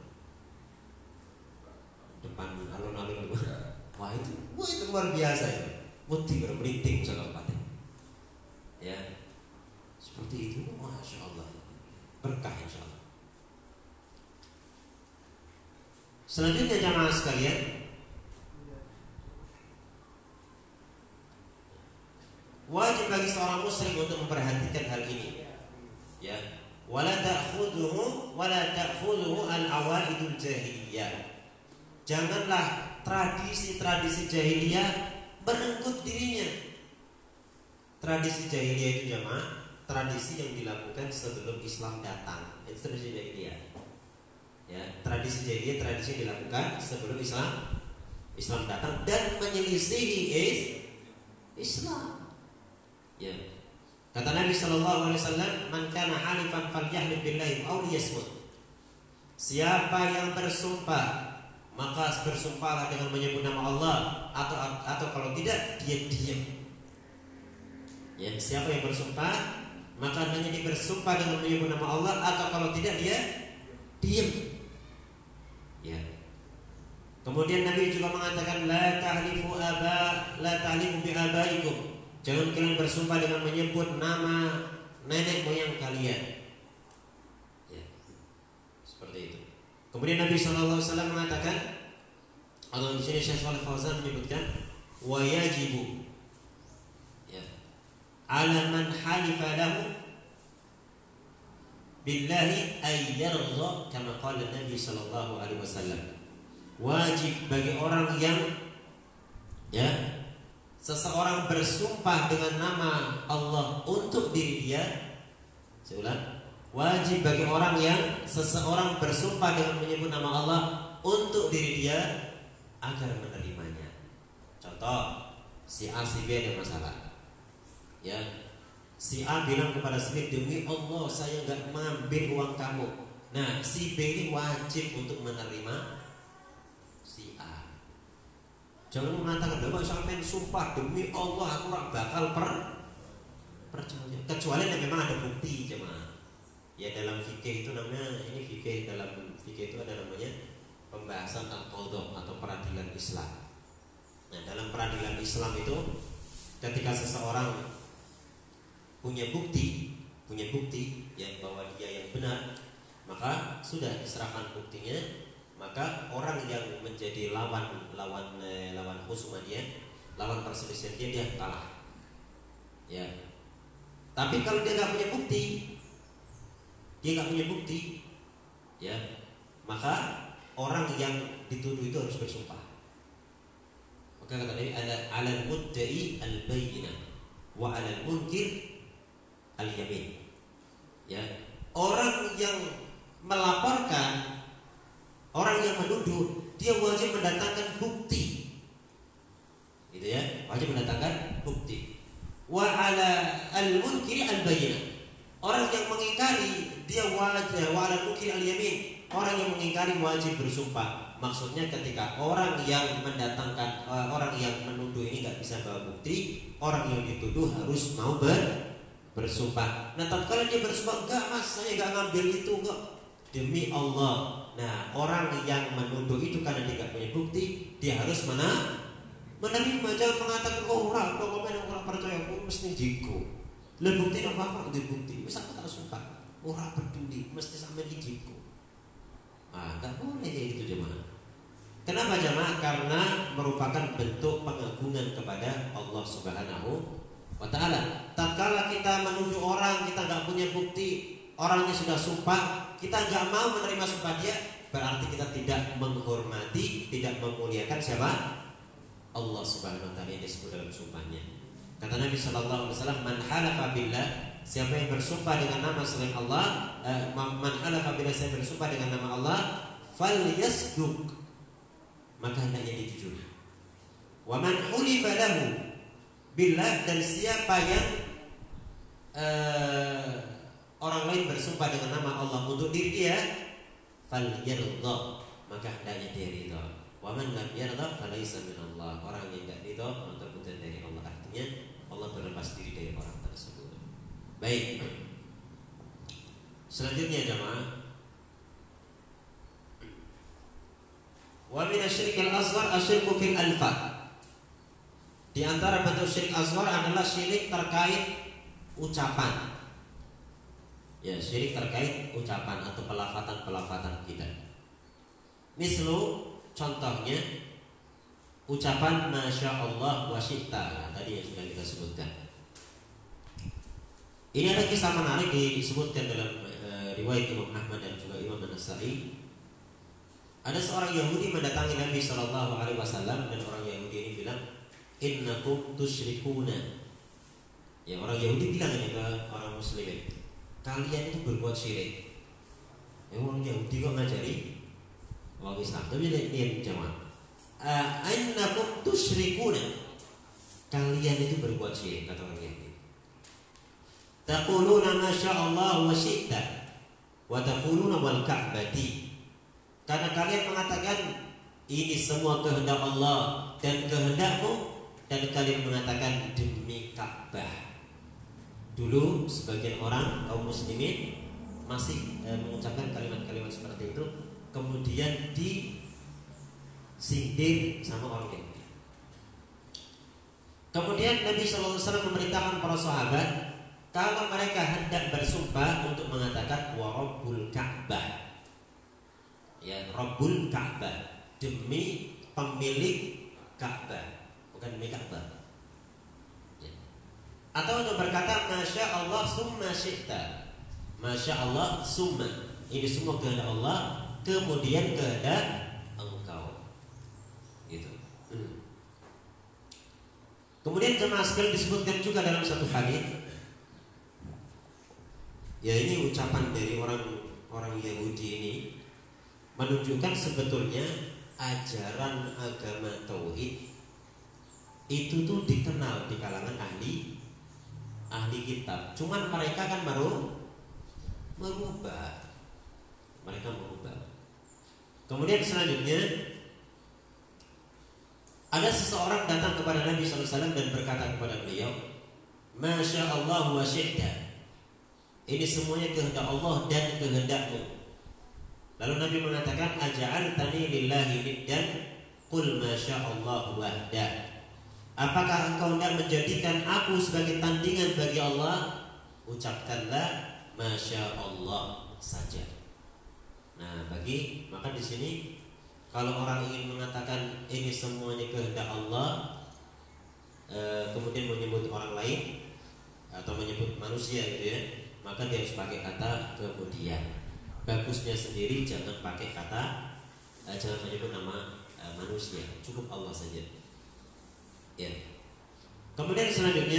alun-alun. Wah itu luar biasa itu. Mesti bermerinting sahabat. Ya, seperti itu, masya Allah, berkah insya Allah. Selanjutnya jamaah sekalian, wajib bagi seorang muslim untuk memperhatikan hal ini. Ya, wala ta'khudhuhu al-awaidul jahiliyah. Janganlah tradisi-tradisi jahiliyah merenggut dirinya. Tradisi jahiliyah itu jamaah, tradisi yang dilakukan sebelum Islam datang. Itu tradisi jahiliyah. Ya, tradisi jahiliyah tradisi yang dilakukan sebelum Islam datang dan menyelisihi Islam. Ya. Kata Nabi sallallahu alaihi wasallam, "Man kana halifan falyahlif billahi aw liyasmut." Siapa yang bersumpah, maka bersumpahlah dengan menyebut nama Allah, atau kalau tidak dia diam. Ya, siapa yang bersumpah, maka hanya dia bersumpah dengan menyebut nama Allah, atau kalau tidak dia diam. Ya. Kemudian Nabi juga mengatakan la tahlifu bi abaikum. Jangan kalian bersumpah dengan menyebut nama nenek moyang kalian. Ya. Seperti itu. Kemudian Nabi sallallahu alaihi wasallam mengatakan, atau di sini Syekh Shalih Fauzan menyebutkan wa yajibu ya ala man halifa lahu billahi ay yargha kama qala Nabi sallallahu alaihi wasallam. Wajib bagi orang yang ya seseorang bersumpah dengan nama Allah untuk diri dia. Saya ulang, wajib bagi orang yang seseorang bersumpah dengan menyebut nama Allah untuk diri dia agar menerimanya. Contoh, si A si B ada masalah. Ya, si A bilang kepada si B, demi Allah saya nggak mengambil uang kamu. Nah, si B ini wajib untuk menerima si A. Jangan mengatakan, "Bapak sampai sumpah demi Allah aku ora bakal percaya." Kecuali memang ada bukti, jemaah. Ya dalam fikih itu namanya, ini fikih, dalam fikih itu ada namanya pembahasan al-qadha atau peradilan Islam. Nah, dalam peradilan Islam itu ketika seseorang punya bukti yang bahwa dia yang benar, maka sudah diserahkan buktinya, maka orang yang menjadi lawan khusuma dia, lawan perselisihan dia kalah. Ya. Tapi kalau dia nggak punya bukti, ya, maka orang yang dituduh itu harus bersumpah. Maka kata Nabi, alal mudda'i al-bayyinah wa alal munkir al-yamin. Ya, orang yang melaporkan, orang yang menuduh, dia wajib mendatangkan bukti. Gitu ya, wajib mendatangkan bukti. Wa ala al-munkir al-bayyinah. Orang yang mengingkari, dia wajib, wa ala al-munkir al-yamin. Orang yang mengingkari wajib bersumpah. Maksudnya ketika orang yang mendatangkan, orang yang menuduh ini nggak bisa bawa bukti, orang yang dituduh harus mau bersumpah. Nah, tatkala dia bersumpah, enggak mas, saya nggak ngambil itu kok, demi Allah. Nah, orang yang menuduh itu karena dia nggak punya bukti, dia harus menerima. Jangan mengatakan, oh orang percaya, aku mesti jigo. Lah bukti apa di bukti? Misal tak sumpah, orang peduli, mesti sampai di jigo. Ah, nggak boleh kayak gitu jemaah. Kenapa jemaah? Karena merupakan bentuk pengagungan kepada Allah Subhanahu wa Ta'ala. Tatkala kita menuduh orang, kita nggak punya bukti, orangnya sudah sumpah, kita nggak mau menerima sumpah dia, berarti kita tidak menghormati, tidak memuliakan siapa? Allah Subhanahu wa Ta'ala yang disebut dalam sumpahnya. Kata Nabi Sallallahu Alaihi Wasallam, man halafa billah, siapa yang bersumpah dengan nama selain Allah, man halafa billah, siapa yang bersumpah dengan nama Allah, fal yasduq, maka hendaknya dia jujur. Wa man hulifa lahu billah, dan siapa yang orang lain bersumpah dengan nama Allah untuk diri dia, fal yarda, maka hendaknya dia ridha. Wa man lam yarda falaysa min Allah, orang yang tidak ridha maka bukan dari Allah. Artinya Allah berlepas diri dari orang tersebut. Baik. Selanjutnya jemaah, wa min asy-syirk al-asghar asyirku fil alfa. Di antara bentuk syirik asghar adalah syirik terkait ucapan. Ya, syirik terkait ucapan atau pelafatan kita. Mislu, contohnya ucapan Masya Allah wa syi'ta, tadi yang sudah kita sebutkan. Ini ada kisah menarik disebutkan dalam riwayat Imam Ahmad dan juga Imam An-Nasa'i. Ada seorang Yahudi mendatangi Nabi Shallallahu Alaihi Wasallam, dan orang Yahudi ini bilang, innakum tusyrikuna. Ya, orang Yahudi bilang ini ke orang Muslim, kalian itu berbuat syirik. Orang Yahudi kok ngajari orang Islam? Tapi dia jawab, innakum tusyrikuna, kalian itu berbuat syirik, kata orang Yahudi. Taquluna masya Allah wa syi'ta wa taquluna wal ka'bati. Karena kalian mengatakan ini semua kehendak Allah dan kehendakmu, dan kalian mengatakan demi Ka'bah. Dulu sebagian orang kaum muslimin masih mengucapkan kalimat-kalimat seperti itu kemudian disindir sama orang Yahudi. Kemudian Nabi SAW memerintahkan para sahabat kalau mereka hendak bersumpah untuk mengatakan wa Rabbul Ka'bah, ya, Rabbul Ka'bah, demi pemilik Ka'bah, bukan demi Ka'bah, ya. Atau untuk berkata Masya Allah summa syi'ta, Masya Allah summa, ini semua kehendak Allah kemudian kehendak engkau, gitu. Kemudian jemaah sekalian disebutkan juga dalam satu hadis, ya ini ucapan dari orang Yahudi ini menunjukkan sebetulnya ajaran agama tauhid itu tuh dikenal di kalangan ahli kitab. Cuman mereka kan merubah. Kemudian selanjutnya ada seseorang datang kepada Nabi SAW dan berkata kepada beliau, Masya Allah wa syi'ta, ini semuanya kehendak Allah dan kehendakmu. Lalu Nabi mengatakan, Aja'altani lillahi niddan, Qul Masya Allah wahda. Apakah engkau hendak menjadikan aku sebagai tandingan bagi Allah? Ucapkanlah Masya Allah saja. Nah, maka di sini kalau orang ingin mengatakan ini semuanya kehendak Allah, kemudian menyebut orang lain atau menyebut manusia gitu ya, maka dia harus pakai kata kemudian. Bagusnya sendiri jangan pakai kata, jangan menyebut nama manusia, cukup Allah saja. Ya. Kemudian selanjutnya,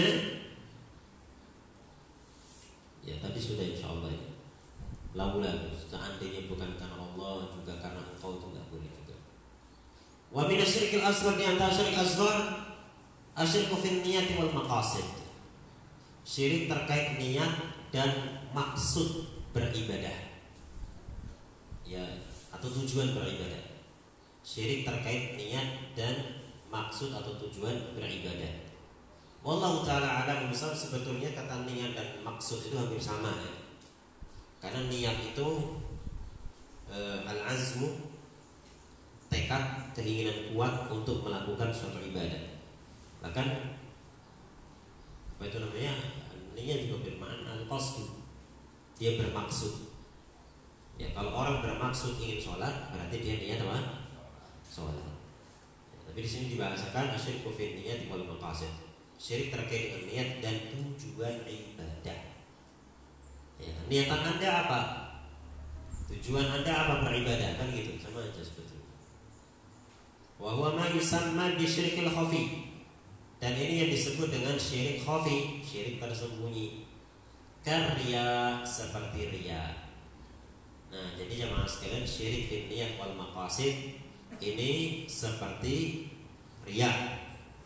ya tadi sudah insya Allah ya. Laula, seandainya bukan karena Allah juga karena engkau itu nggak boleh juga. Wa min asyirkil asghar, di antara syirik asghar asyirku fin niyati wal maqasid. Syirik terkait niat dan maksud beribadah, ya, atau tujuan beribadah. Syirik terkait niat dan maksud atau tujuan beribadah. Wallahu ta'ala alam, sebetulnya kata niat dan maksud itu hampir sama ya. Karena niat itu al-azmu, tekad, keinginan kuat untuk melakukan suatu ibadah. Bahkan apa itu namanya, niat juga bermakna al-qasdu, dia bermaksud. Ya, kalau orang bermaksud ingin sholat, berarti dia niat apa? Sholat. Ya, tapi di sini dibahasakan asyirku fin niyat wal maqasid. Syirik terkait dengan niat dan tujuan ibadah. Ya, niatan Anda apa? Tujuan Anda apa beribadah? Kan gitu, sama aja sebetulnya. Wa huwa ma yusamma bi syirkil khafi. Dan ini yang disebut dengan syirik khafi, syirik tersembunyi. Karya seperti riya. Nah, jadi jemaah sekalian, syirik fil niyat wal maqasid ini seperti riya.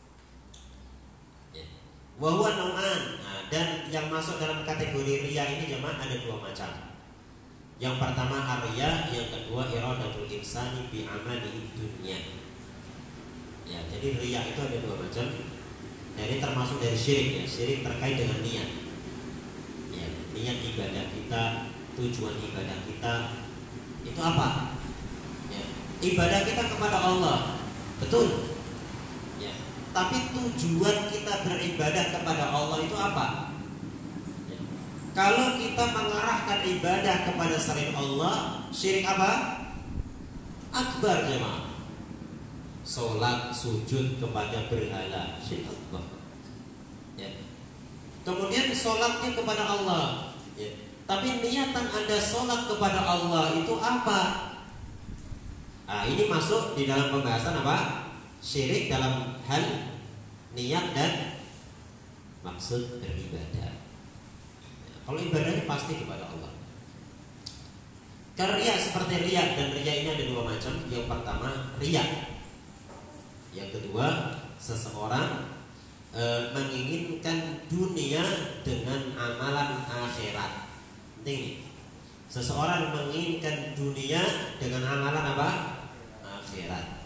Wa huwa nau'an. Nah, dan yang masuk dalam kategori riya ini jemaah ada dua macam. Yang pertama ar-riya, yang kedua iradatul insani bi amali dunya. Ya, jadi riya itu ada dua macam. Nah, ini termasuk dari syirik ya, syirik terkait dengan niat. Ya, niat ibadah kita, tujuan ibadah kita itu apa? Ya, ibadah kita kepada Allah, betul. Ya, tapi tujuan kita beribadah kepada Allah itu apa? Ya, kalau kita mengarahkan ibadah kepada selain Allah, syirik apa? Akbar jemaah. Sholat, sujud kepada berhala, syirik akbar. Ya. Kemudian sholatnya kepada Allah, ya. Tapi niatan Anda sholat kepada Allah itu apa? Nah, ini masuk di dalam pembahasan apa? Syirik dalam hal niat dan maksud beribadah. Ya, kalau ibadahnya pasti kepada Allah. Karena riya seperti riya, dan riya ini ada dua macam. Yang pertama riya. Yang kedua, seseorang menginginkan dunia dengan amalan akhirat. Penting nih. Seseorang menginginkan dunia dengan amalan apa? Akhirat.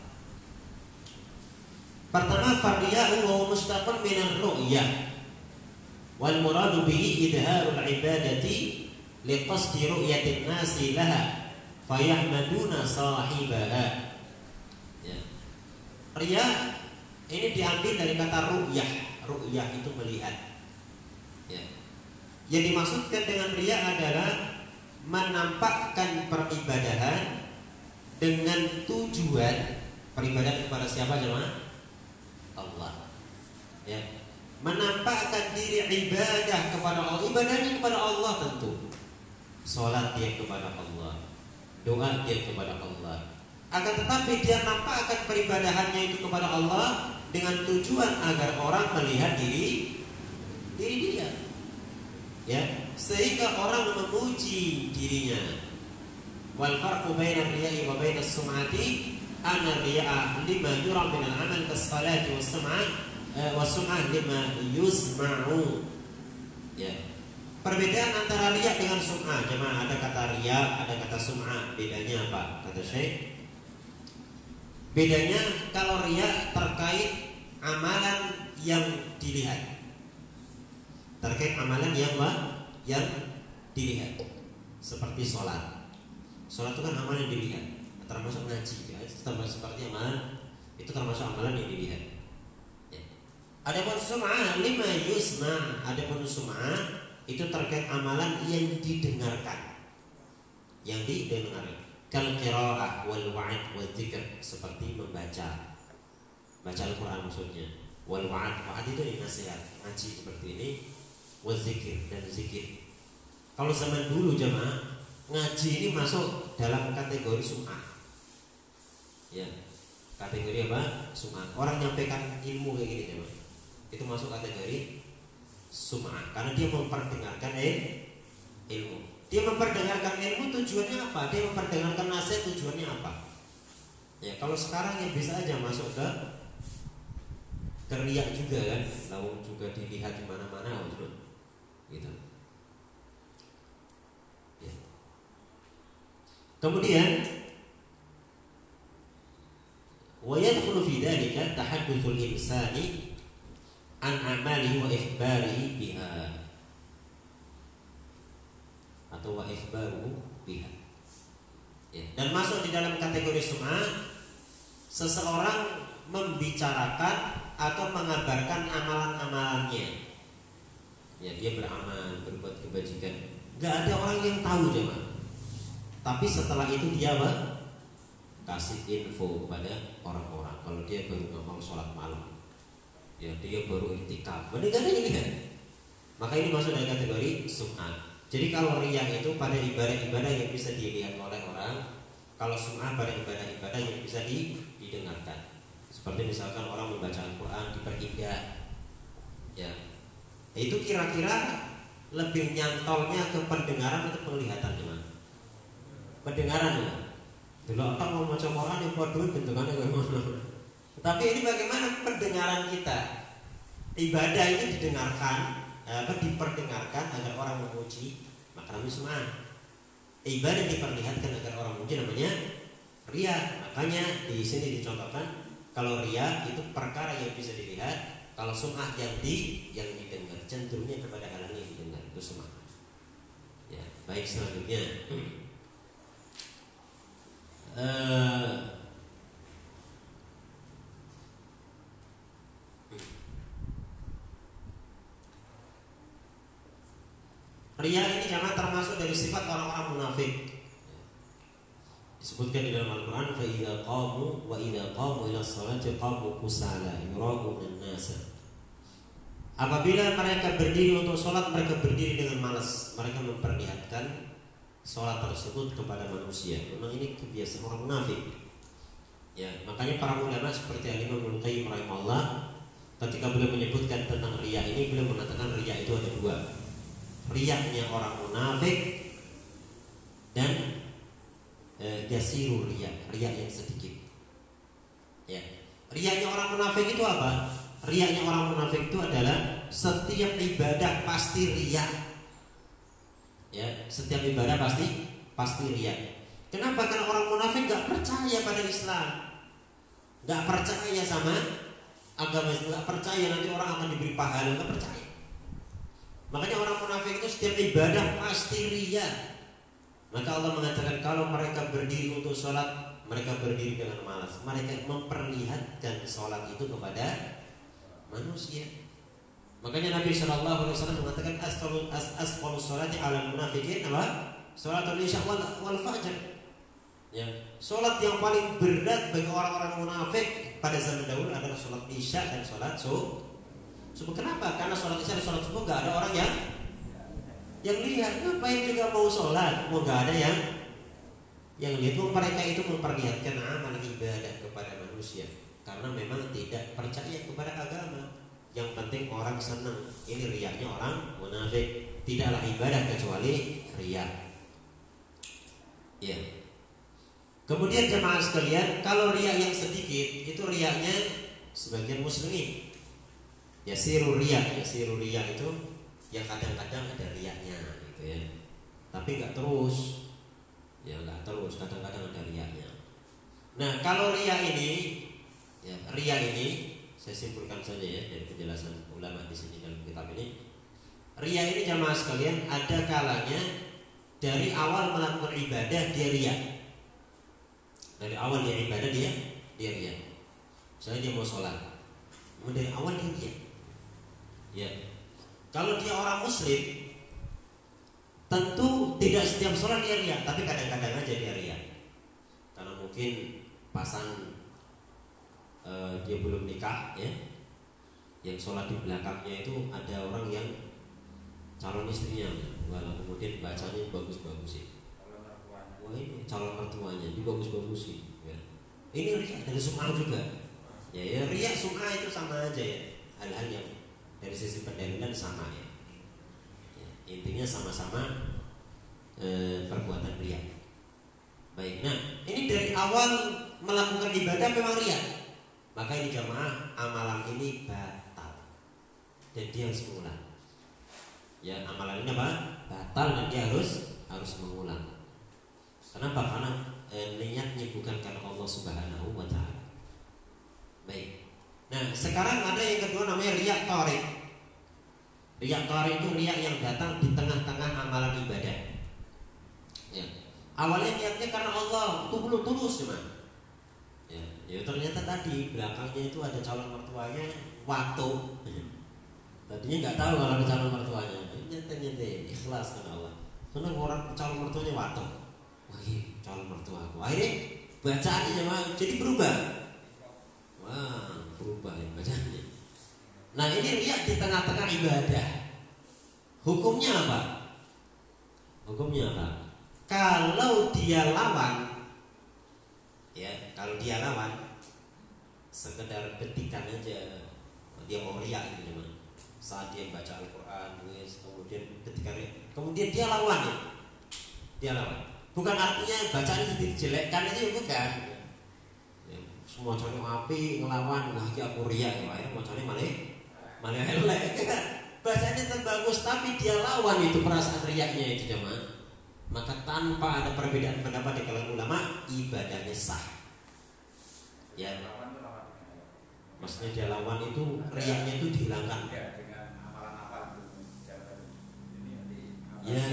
Pertama, fardiya'u wa mustaqim min ar-ru'yah. Wal muradu bihi idharul ibadati liqasdi ru'yatin nasi laha fayahmaduna sahibaha. Ya. Riya ini diambil dari kata ru'yah. Ru'yah itu melihat. Ya. Yang dimaksudkan dengan riya adalah menampakkan peribadahan dengan tujuan peribadahan kepada siapa jemaah? Allah. Ya. Menampakkan diri ibadah kepada Allah, ibadahnya kepada Allah tentu. Salat dia kepada Allah, doa dia kepada Allah. Akan tetapi dia nampakkan peribadahannya itu kepada Allah dengan tujuan agar orang melihat diri dia. Ya, sehingga orang memuji dirinya. Wal farqu baina riya'i wa baina as-sum'ati anna riya'a lima yura min al-amal kas-salati was-sum'ah wa sum'ah lima yusma'u. Ya. Perbedaan antara riya dengan sum'ah, jemaah, ada kata riya, ada kata sum'ah. Bedanya apa? Kata Syekh. Bedanya kalau riya terkait amalan yang dilihat. Terkait amalan yang dilihat. Seperti sholat. Sholat itu kan amalan yang dilihat. Termasuk ngaji, ya. Itu termasuk seperti amalan. Itu termasuk amalan yang dilihat. Adapun sum'ah lima yusma, adapun sum'ah itu terkait amalan yang didengarkan. Yang didengarkan. Kal qiraah wal wa'id wal dzikr, seperti membaca. Baca Al-Qur'an maksudnya. Wal wa'id itu nasihat, ngaji seperti ini. Wal dzikr dan zikir. Kalau zaman dulu jemaah, ngaji ini masuk dalam kategori sum'ah. Ya. Kategori apa? Sum'ah. Orang nyampaikan ilmu kayak gini jemaah. Itu masuk kategori sum'ah karena dia memperdengarkan ilmu. Dia memperdengarkan ilmu tujuannya apa? Dia memperdengarkan nasihat tujuannya apa? Ya, kalau sekarang ya bisa aja masuk ke riya juga kan, lalu juga dilihat di mana-mana gitu. Ya. Kemudian wa yadkhulu fi dhalika tahadduthul insani an amalihi wa ikhbarihi biha, atau wa ikhbaruhu biha. Ya. Dan masuk di dalam kategori sum'ah seseorang membicarakan atau mengabarkan amalan-amalannya. Ya, dia beramal, berbuat kebajikan. Gak ada orang yang tahu jemaah. Tapi setelah itu dia apa? Kasih info kepada orang-orang. Kalau dia baru ngamal sholat malam, ya dia baru iktikaf. Benar ini kan? Maka ini masuk dalam kategori sum'ah. Jadi kalau riya itu pada ibadah-ibadah yang bisa dilihat oleh orang, kalau sum'ah pada ibadah-ibadah yang bisa didengarkan. Seperti misalkan orang membaca Al-Quran diperindah, ya, itu kira-kira lebih nyantolnya ke pendengaran atau penglihatan gimana? Pendengaran ya. Dulu orang mau baca Quran yang bodoh bentukannya bagaimana? Tapi ini bagaimana pendengaran kita? Ibadah itu didengarkan, diperdengarkan agar orang memuji, maka namanya sum'ah. Ibadah diperlihatkan agar orang memuji, namanya riya. Makanya di sini dicontohkan kalau riya itu perkara yang bisa dilihat, kalau sum'ah yang didengar, cenderungnya kepada hal yang didengar, itu sum'ah. Ya, baik, selanjutnya. Riya ini jangan termasuk dari sifat orang-orang munafik. Disebutkan di dalam Al-Quran, fa idza qamu wa idza qamu ila sholati qamu kusala yura'una an-nas. Apabila mereka berdiri untuk sholat, mereka berdiri dengan malas. Mereka memperlihatkan sholat tersebut kepada manusia. Memang ini kebiasaan orang munafik. Ya, makanya para ulama seperti Imam Ibnu Qayyim rahimahullah, ketika beliau menyebutkan tentang riya ini, beliau mengatakan riya itu ada dua. Riyanya orang munafik dan yasiru riya yang sedikit. Ya. Riyanya orang munafik itu apa? Riyanya orang munafik itu adalah setiap ibadah pasti riya. Ya, setiap ibadah pasti riya. Kenapa? Karena orang munafik gak percaya pada Islam, gak percaya sama agama Islam, gak percaya nanti orang akan diberi pahala, gak percaya. Makanya orang munafik itu setiap ibadah pasti riya. Maka Allah mengatakan kalau mereka berdiri untuk sholat, mereka berdiri dengan malas. Mereka memperlihatkan sholat itu kepada manusia. Makanya Nabi Shallallahu Alaihi Wasallam mengatakan asqalu sholati ala munafiqin apa? Sholatul isya wal fajr. Ya, sholat yang paling berat bagi orang-orang munafik pada zaman dahulu adalah sholat isya dan sholat subuh. Kenapa? Karena sholat isya dan sholat subuh gak ada orang yang lihat. Ngapain juga mau sholat? Mau gak ada yang lihat. Mereka itu memperlihatkan amal ibadah kepada manusia karena memang tidak percaya kepada agama. Yang penting orang senang. Ini riyanya orang munafik. Tidaklah ibadah kecuali riya. Ya. Kemudian jemaah sekalian, kalau riya yang sedikit itu riyanya sebagian muslimin. Yasiru riya itu ya kadang-kadang ada riyanya gitu ya. Tapi enggak terus. Ya enggak terus, kadang-kadang ada riyanya. Nah, kalau riya ini saya simpulkan saja ya dari penjelasan ulama di sini dalam kitab ini. Riya ini jemaah sekalian ada kalanya dari awal melakukan ibadah dia riya. Dari awal dia ibadah dia riya. Misalnya dia mau sholat, dari awal dia riya. Ya. Kalau dia orang muslim, tentu tidak setiap sholat dia riya, tapi kadang-kadang aja dia riya. Karena mungkin pasangan dia belum nikah, ya. Yang sholat di belakangnya itu ada orang yang calon istrinya, walau kemudian bacanya bagus-bagusin. Wah, ini calon mertuanya dibagus-bagusin. Ya. Ini riya dari sum'ah juga. Ya riya sum'ah itu sama aja ya. Hal-hal yang dari sisi pendalilan sama ya. Intinya sama-sama perbuatan riya. Baik, nah ini dari awal melakukan ibadah memang riya. Maka ini jamaah amalan ini batal dan dia harus mengulang. Ya amalan ini apa? Batal dan dia harus mengulang. Kenapa? Karena niatnya bukan karena Allah Subhanahu wa Ta'ala. Baik. Nah, sekarang ada yang kedua namanya riya tarik. Riya tarik itu riya yang datang di tengah-tengah amalan ibadah. Ya. Awalnya niatnya karena Allah, itu belum tulus cuma. Ya ternyata tadi belakangnya itu ada calon mertuanya waktu. Tadinya nggak tahu kalau ada calon mertuanya. Nyata-nyata ikhlas karena Allah. Karena orang calon mertuanya waktu. Calon mertua aku. Akhirnya bacaannya jadi berubah. Wah, berubah ya bacaannya. Nah ini lihat di tengah-tengah ibadah. Hukumnya apa? Kalau dia lawan, ya kalau dia lawan, sekedar ketikan aja dia mau riak gitu teman. Saat dia baca Al-Quran, kemudian ketika kemudian dia lawan ya, dia lawan. Bukan artinya bacaan itu dijelekkan aja bukan. Ya, semua cari api ngelawan lagi aku riak ya, akhirnya mau cari malah elek. Bacanya tetap bagus tapi dia lawan itu perasaan riaknya itu jemaah. Maka tanpa ada perbedaan pendapat di kalangan ulama ibadahnya sah. Ya. Maksudnya dia lawan itu riaknya itu dihilangkan. Dengan amalan-amalan ini ya.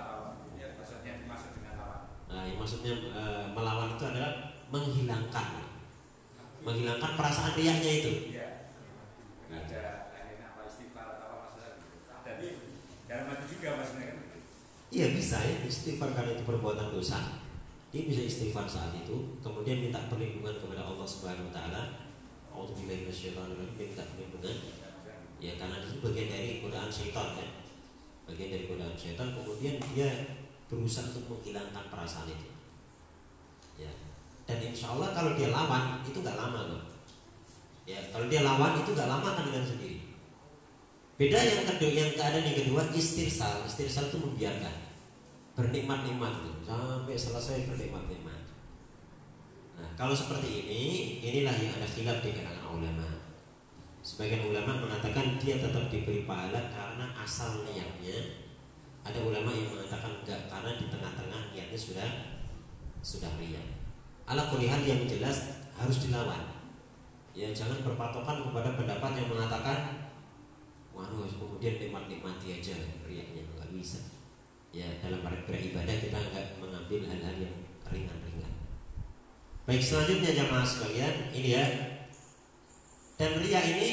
Nah, maksudnya melawan itu adalah menghilangkan perasaan riaknya itu. Iya. Ada apa istighfar atau apa masalah. Jadi dalam hati juga maksudnya kan. Iya bisa ya istighfar karena itu perbuatan dosa. Dia bisa istighfar saat itu, kemudian minta perlindungan kepada Allah Subhanahu Wa Taala. Auzubillahi minasyaitonir rajim, minta perlindungan. Ya karena itu bagian dari godaan syaitan kan. Bagian dari godaan syaitan, kemudian dia berusaha untuk menghilangkan perasaan itu. Ya. Dan insya Allah kalau dia lawan itu gak lama loh. Ya, kalau dia lawan itu gak lama akan dengan sendiri. Beda yang kedua, yang keadaan yang kedua istirsal. Istirsal itu membiarkan bernikmat-nikmat itu sampai selesai bernikmat-nikmat. Nah, kalau seperti ini, inilah yang ada khilaf di kalangan ulama. Sebagian ulama mengatakan dia tetap diberi pahala karena asal niatnya. Ada ulama yang mengatakan enggak karena di tengah-tengah niatnya sudah riya. Ala kulli hal yang jelas harus dilawan. Ya jangan berpatokan kepada pendapat yang mengatakan waduh kemudian nikmati aja riyanya, enggak bisa. Ya, dalam beribadah kita enggak mengambil hal-hal yang ringan-ringan. Baik, selanjutnya jamaah sekalian, ini ya. Dan riya ini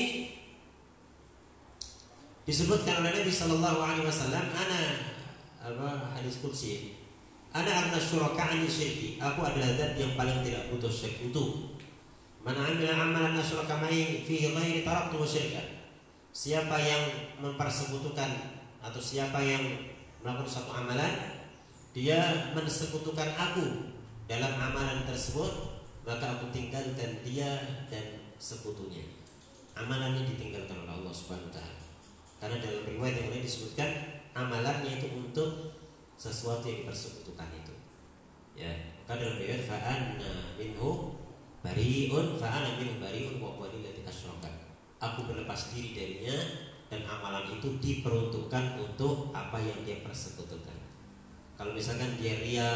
disebutkan oleh Nabi Sallallahu Alaihi Wasallam, hadis qudsi, ana aghna syuraka 'ani syirki. Aku adalah zat yang paling tidak butuh syirik itu. Man 'amila 'amalan asyraka ma'i fihi ghairi taraktu syirka. Siapa yang mempersekutukan atau siapa yang melakukan suatu amalan, dia mensekutukan aku dalam amalan tersebut, maka aku tinggalkan dia dan sekutunya. Amalannya ditinggalkan oleh Allah Subhanahu wa taala. Karena dalam riwayat yang lain disebutkan amalannya itu untuk sesuatu yang dipersekutukan itu. Ya, maka dalam riwayat fa'ana minhu bari'un wa huwa alladhi asyraka. Aku berlepas diri darinya dan amalan itu diperuntukkan untuk apa yang dia persekutukan. Kalau misalkan dia ria,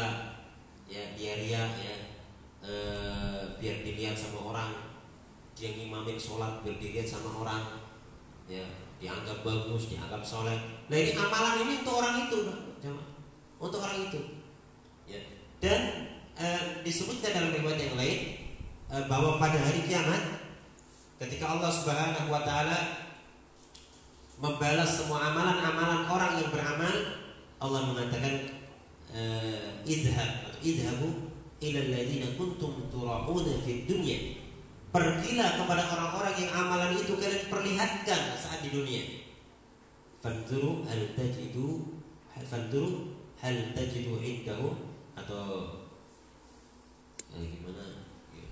biar dilihat sama orang, dia ngimamin sholat biar dilihat sama orang, ya, dianggap bagus, dianggap soleh. Nah ini amalan ini untuk orang itu, untuk orang itu. Ya. Dan disebutkan dalam riwayat yang lain bahwa pada hari kiamat, ketika Allah Subhanahu wa taala membalas semua amalan-amalan orang yang beramal, Allah mengatakan idhabu ilal ladzina kuntum tura'una fid dunya. Pergilah kepada orang-orang yang amalan itu kalian perlihatkan saat di dunia. Fanzuru hal tajidu indahu, atau gimana?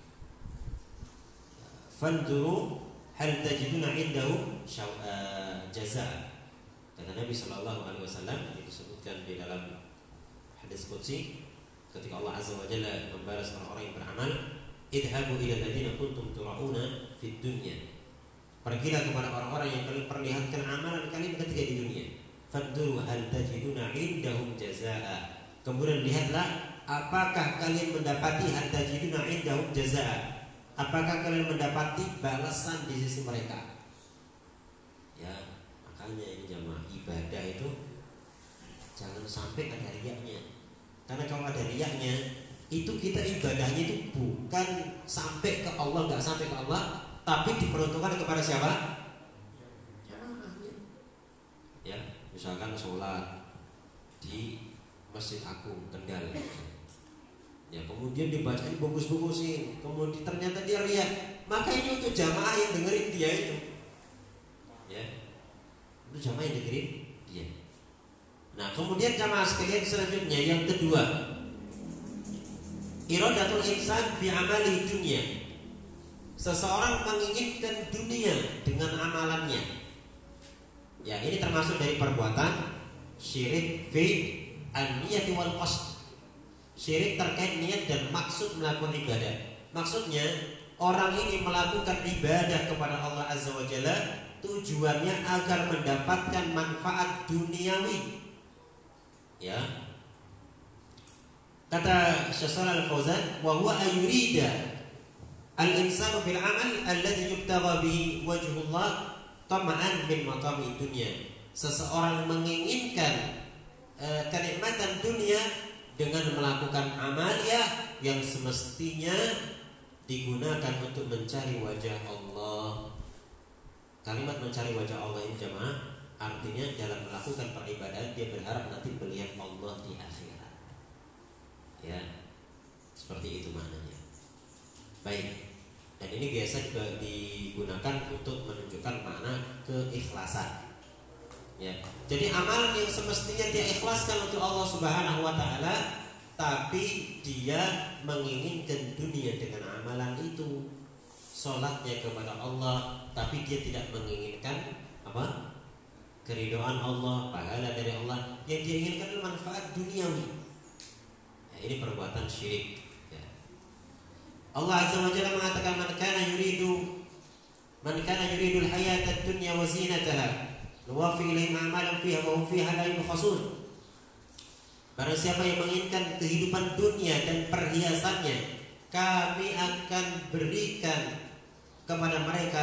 Fanzuru hal tajiduna indahu jazaa. Kata Nabi Sallallahu Alaihi Wasallam, disebutkan di dalam hadis qudsi, ketika Allah Azza wa Jalla membalas orang-orang yang beramal, idhabu ila alladziina kuntum tura'una fid dunya. Pergilah kepada orang-orang yang kalian perlihatkan amalan kalian ketika di dunia. Fanzuru hal tajiduna indahum jazaa. Kemudian lihatlah apakah kalian mendapati hal tajiduna indahum jazaa. Apakah kalian mendapati balasan di sisi mereka? Ya, makanya ini jamaah, ibadah itu jangan sampai ada riyaknya. Karena kalau ada riyaknya, itu kita ibadahnya itu bukan sampai ke Allah, nggak sampai ke Allah, tapi diperuntukkan kepada siapa? Jamaahnya. Ya, misalkan sholat di Masjid Agung Kendal, ya kemudian dibacain bagus-bagusin, kemudian ternyata dia riak, maka ini untuk jamaah yang dengerin dia itu, ya, untuk jamaah yang dengerin dia. Nah kemudian jamaah sekalian selanjutnya yang kedua, iradatul insan bi amali dunia. Seseorang menginginkan dunia dengan amalannya. Ya, ini termasuk dari perbuatan syirik fi an-niyati wal qasd. Syirik terkait niat dan maksud melakukan ibadah. Maksudnya orang ini melakukan ibadah kepada Allah Azza wa Jalla tujuannya agar mendapatkan manfaat duniawi. Ya. Kata Syekh Shalal Al-Fauzan, wa huwa ayurida al-insanu bil amal alladhi yubtagha bihi wajhullah tama'an min matami dunya. Seseorang menginginkan kenikmatan dunia dengan melakukan amalia yang semestinya digunakan untuk mencari wajah Allah. Kalimat mencari wajah Allah ini jemaah, artinya dalam melakukan peribadahan dia berharap nanti melihat Allah di akhirat. Ya, seperti itu maknanya. Baik. Dan ini biasa juga digunakan untuk menunjukkan makna keikhlasan. Ya. Jadi amalan yang semestinya dia ikhlaskan untuk Allah Subhanahu wa taala, tapi dia menginginkan dunia dengan amalan itu. Salatnya kepada Allah, tapi dia tidak menginginkan apa? Keridhaan Allah, pahala dari Allah. Yang dia inginkan adalah manfaat duniawi. Ya, ini perbuatan syirik. Ya. Allah Azza wa Jalla mengatakan man kana yuridul hayata ad-dunya wa zinataha nuwaffi ilaihim a'malahum fiha wa hum fiha la yubkhasun. Barang siapa yang menginginkan kehidupan dunia dan perhiasannya, kami akan berikan kepada mereka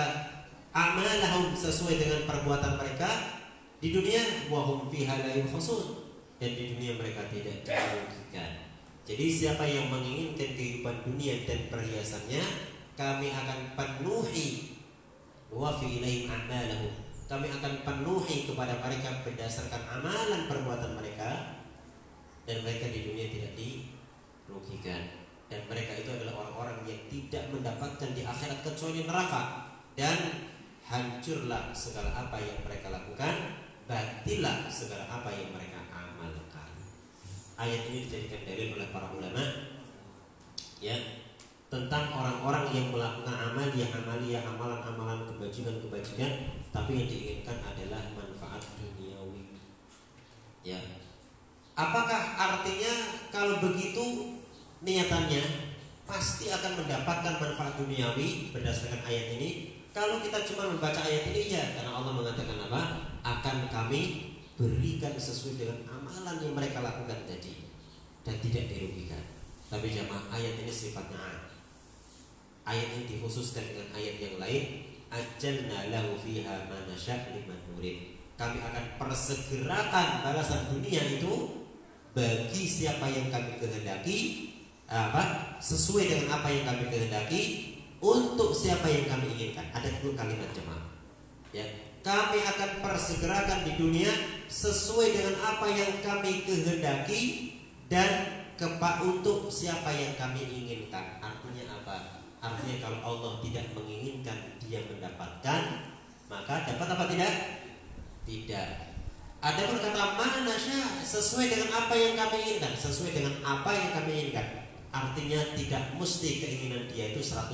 a'malahum sesuai dengan perbuatan mereka di dunia, wa hum fiha la yubkhasun, dan di dunia mereka tidak dirugikan. Jadi siapa yang menginginkan kehidupan dunia dan perhiasannya, kami akan penuhi, nuwafi ilaihim a'malahum, kami akan penuhi kepada mereka berdasarkan amalan perbuatan mereka, dan mereka di dunia tidak dirugikan. Dan mereka itu adalah orang-orang yang tidak mendapatkan di akhirat kecuali neraka, dan hancurlah segala apa yang mereka lakukan, batillah segala apa yang mereka amalkan. Ayat ini dijadikan dalil oleh para ulama, ya, tentang orang-orang yang melakukan amaliyah, amalan-amalan kebajikan, tapi yang diinginkan adalah manfaat duniawi. Ya, apakah artinya kalau begitu niatannya pasti akan mendapatkan manfaat duniawi berdasarkan ayat ini? Kalau kita cuma membaca ayat ini, ya, karena Allah mengatakan apa? Akan kami berikan sesuai dengan amalan yang mereka lakukan tadi, dan tidak dirugikan. Tapi jamaah, ayat ini sifatnya ayat ini dikhususkan dengan ayat yang lain. Ajalna lahu fiha ma nasya' liman nurid. Kami akan persegerakan balasan dunia itu bagi siapa yang kami kehendaki, sesuai dengan apa yang kami kehendaki, untuk siapa yang kami inginkan. Ada 2 kalimat jemaah, ya. Kami akan persegerakan di dunia sesuai dengan apa yang kami kehendaki dan untuk siapa yang kami inginkan. Artinya apa? Artinya kalau Allah tidak menginginkan dia mendapatkan, maka dapat apa tidak? Tidak. Ada pun kata manasya, sesuai dengan apa yang kami inginkan, sesuai dengan apa yang kami inginkan. Artinya tidak mesti keinginan dia itu 100%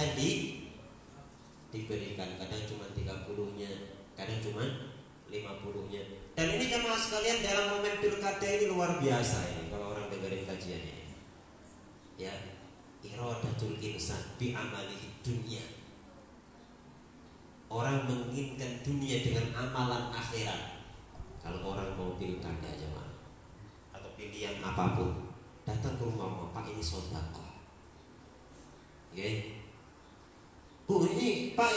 diberikan. Kadang cuma 30-nya, kadang cuma 50-nya. Dan ini jemaah sekalian, dalam momen pilkada ini luar biasa ini kalau orang dengerin kajiannya. Ya, iradatul insan bi amalihi dunya. Orang menginginkan dunia dengan amalan akhirat. Kalau orang mau pilkada jemaah atau pilihan apapun, datang ke rumah Pak, ini sedekah. Ya. Bu, ini Pak,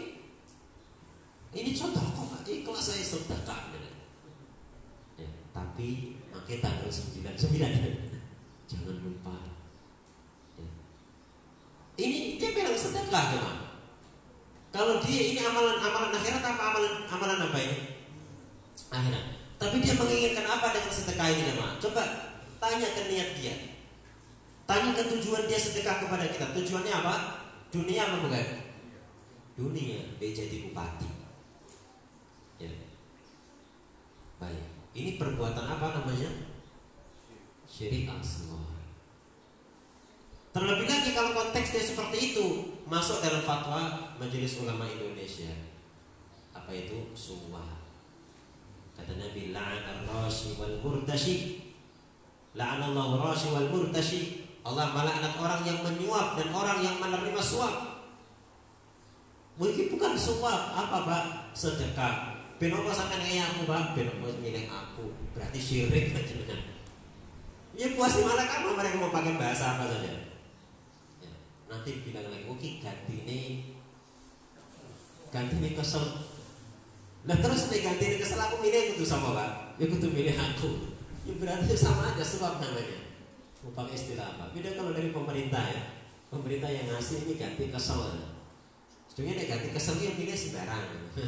ini sedekah Pak, ikhlas saya sedekah. Ya, tapi pakai tanggal 9 jangan lupa. Ya. Ini dia bilang sedekah jemaah. Kalau dia ini amalan akhirat apa amalan apa ini? Akhirat. Tapi dia menginginkan apa dengan sedekah ini jemaah? Coba tanya ke niat dia. Tanya ke tujuan dia sedekah kepada kita. Tujuannya apa? Dunia apa bukan? Dunia, dia jadi bupati. Ya. Baik. Ini perbuatan apa namanya? Syirik asghar. Terlebih lagi kalau konteksnya seperti itu, masuk dalam fatwa Majelis Ulama Indonesia. Apa itu? Sumpah. Kata Nabi, la'an ar-rashi wal murtashi. La'anallahu rashi wal murtashi. Allah melaknat orang yang menyuap dan orang yang menerima suap. Mungkin bukan suap, apa Pak? Sedekah. Benopo sampean kayak aku Pak, benopo milih aku. Berarti syirik macamnya. Ya puas di mana kamu mereka mau pakai bahasa apa saja. Ya, nanti bilang lagi, oke ganti ini kesel. Nah terus nih ganti ini kesel, aku milih itu sama Pak. Ya kudu milih aku. Ya berarti sama aja suap namanya. Mau pakai istilah apa? Beda kalau dari pemerintah ya. Pemerintah yang ngasih ini ganti kesel. Sebenarnya dia ganti kesel yang pilih sembarang.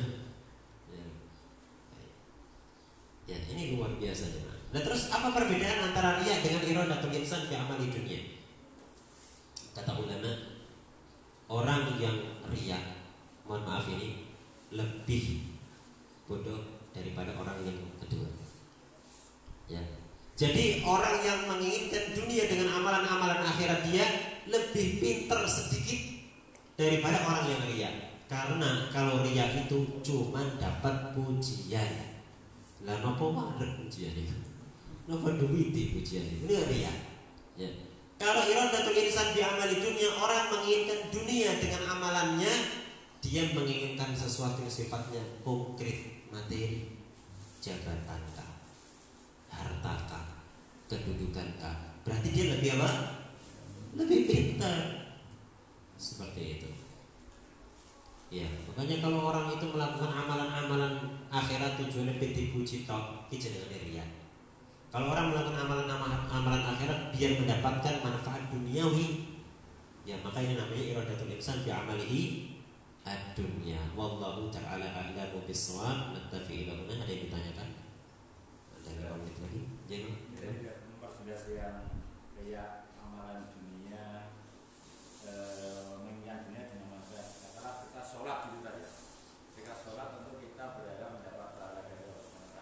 Ya ini luar biasa ya. Nah terus apa perbedaan antara riya dengan iradatul insan fi amali dunia? Kata ulama, orang yang riya, mohon maaf ini, lebih bodoh daripada orang yang kedua. Ya. Jadi orang yang menginginkan dunia dengan amalan-amalan akhirat, dia lebih pintar sedikit daripada orang yang riya. Karena kalau riya itu cuma dapat pujian. Lah nopo warek pujian itu? Nopo duit pujian itu? Ini riya. Ya. Kalau iradatul insan bi amali dunia, orang menginginkan dunia dengan amalannya, dia menginginkan sesuatu yang sifatnya konkret, materi, jabatan kah, harta kah, kedudukan kah. Berarti dia lebih apa? Lebih pintar. Seperti itu. Ya, makanya kalau orang itu melakukan amalan-amalan akhirat tujuannya dipuji tok, iki jenenge riya. Kalau orang melakukan amalan akhirat biar mendapatkan manfaat duniawi, ya maka ini namanya iradatul insan bi amalihi ad-dunya. Wallahu ta'ala a'lamu bis-shawab. Naktafi ila huna. Ada yang ditanyakan? Ada yang lanjut lagi? Jangan. Jadi memperjelas yang kayak amalan dunia, mengingat dunia dengan manusia. Katakanlah kita sholat gitu tadi. Ketika sholat tentu kita berharap mendapat pahala dari Allah SWT,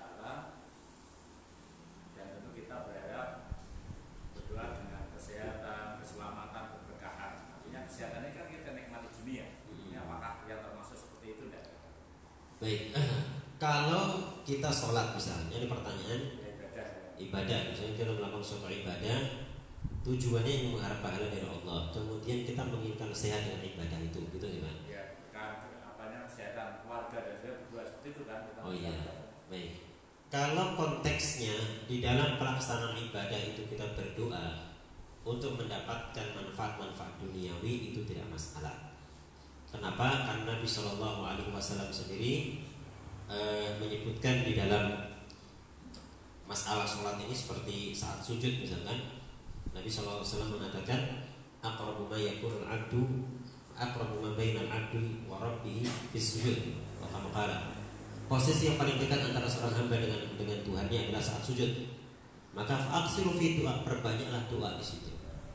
dan tentu kita berharap berdoa dengan kesehatan, keselamatan, keberkahan. Artinya kesehatan ini kan kita nikmati dunia. Ini apakah yang termasuk seperti itu tidak? Baik. Kalau kita sholat misalnya, ini pertanyaan ibadah. Misalnya kita melakukan suatu ibadah, tujuannya ingin mengharap pahala dari Allah. Kemudian kita menginginkan sehat dengan ibadah itu, gitu gimana? Ya, kan apanya kesehatan keluarga dan saya berdua seperti itu kan. Oh iya, baik. Kalau konteksnya di dalam pelaksanaan ibadah itu kita berdoa untuk mendapatkan manfaat-manfaat duniawi, itu tidak masalah. Kenapa? Karena Nabi Shallallahu Alaihi Wasallam sendiri menyebutkan di dalam masalah sholat ini seperti saat sujud misalkan, Nabi Shallallahu Alaihi Wasallam mengatakan aqrabu ma yakunul abdu aqrabu ma bainal abdi wa rabbih fis sujud. Maka posisi yang paling dekat antara seorang hamba dengan Tuhannya adalah saat sujud. Maka fa'aksiru fi doa, perbanyaklah doa di situ.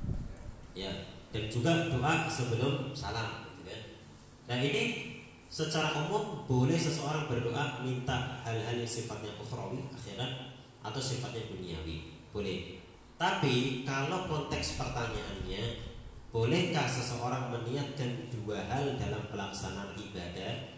Ya, dan juga doa sebelum salam, gitu kan. Nah ini secara umum boleh seseorang berdoa minta hal-hal yang sifatnya ukhrawi, akhirat, atau sifatnya duniawi, boleh. Tapi kalau konteks pertanyaannya, bolehkah seseorang meniatkan dua hal dalam pelaksanaan ibadah,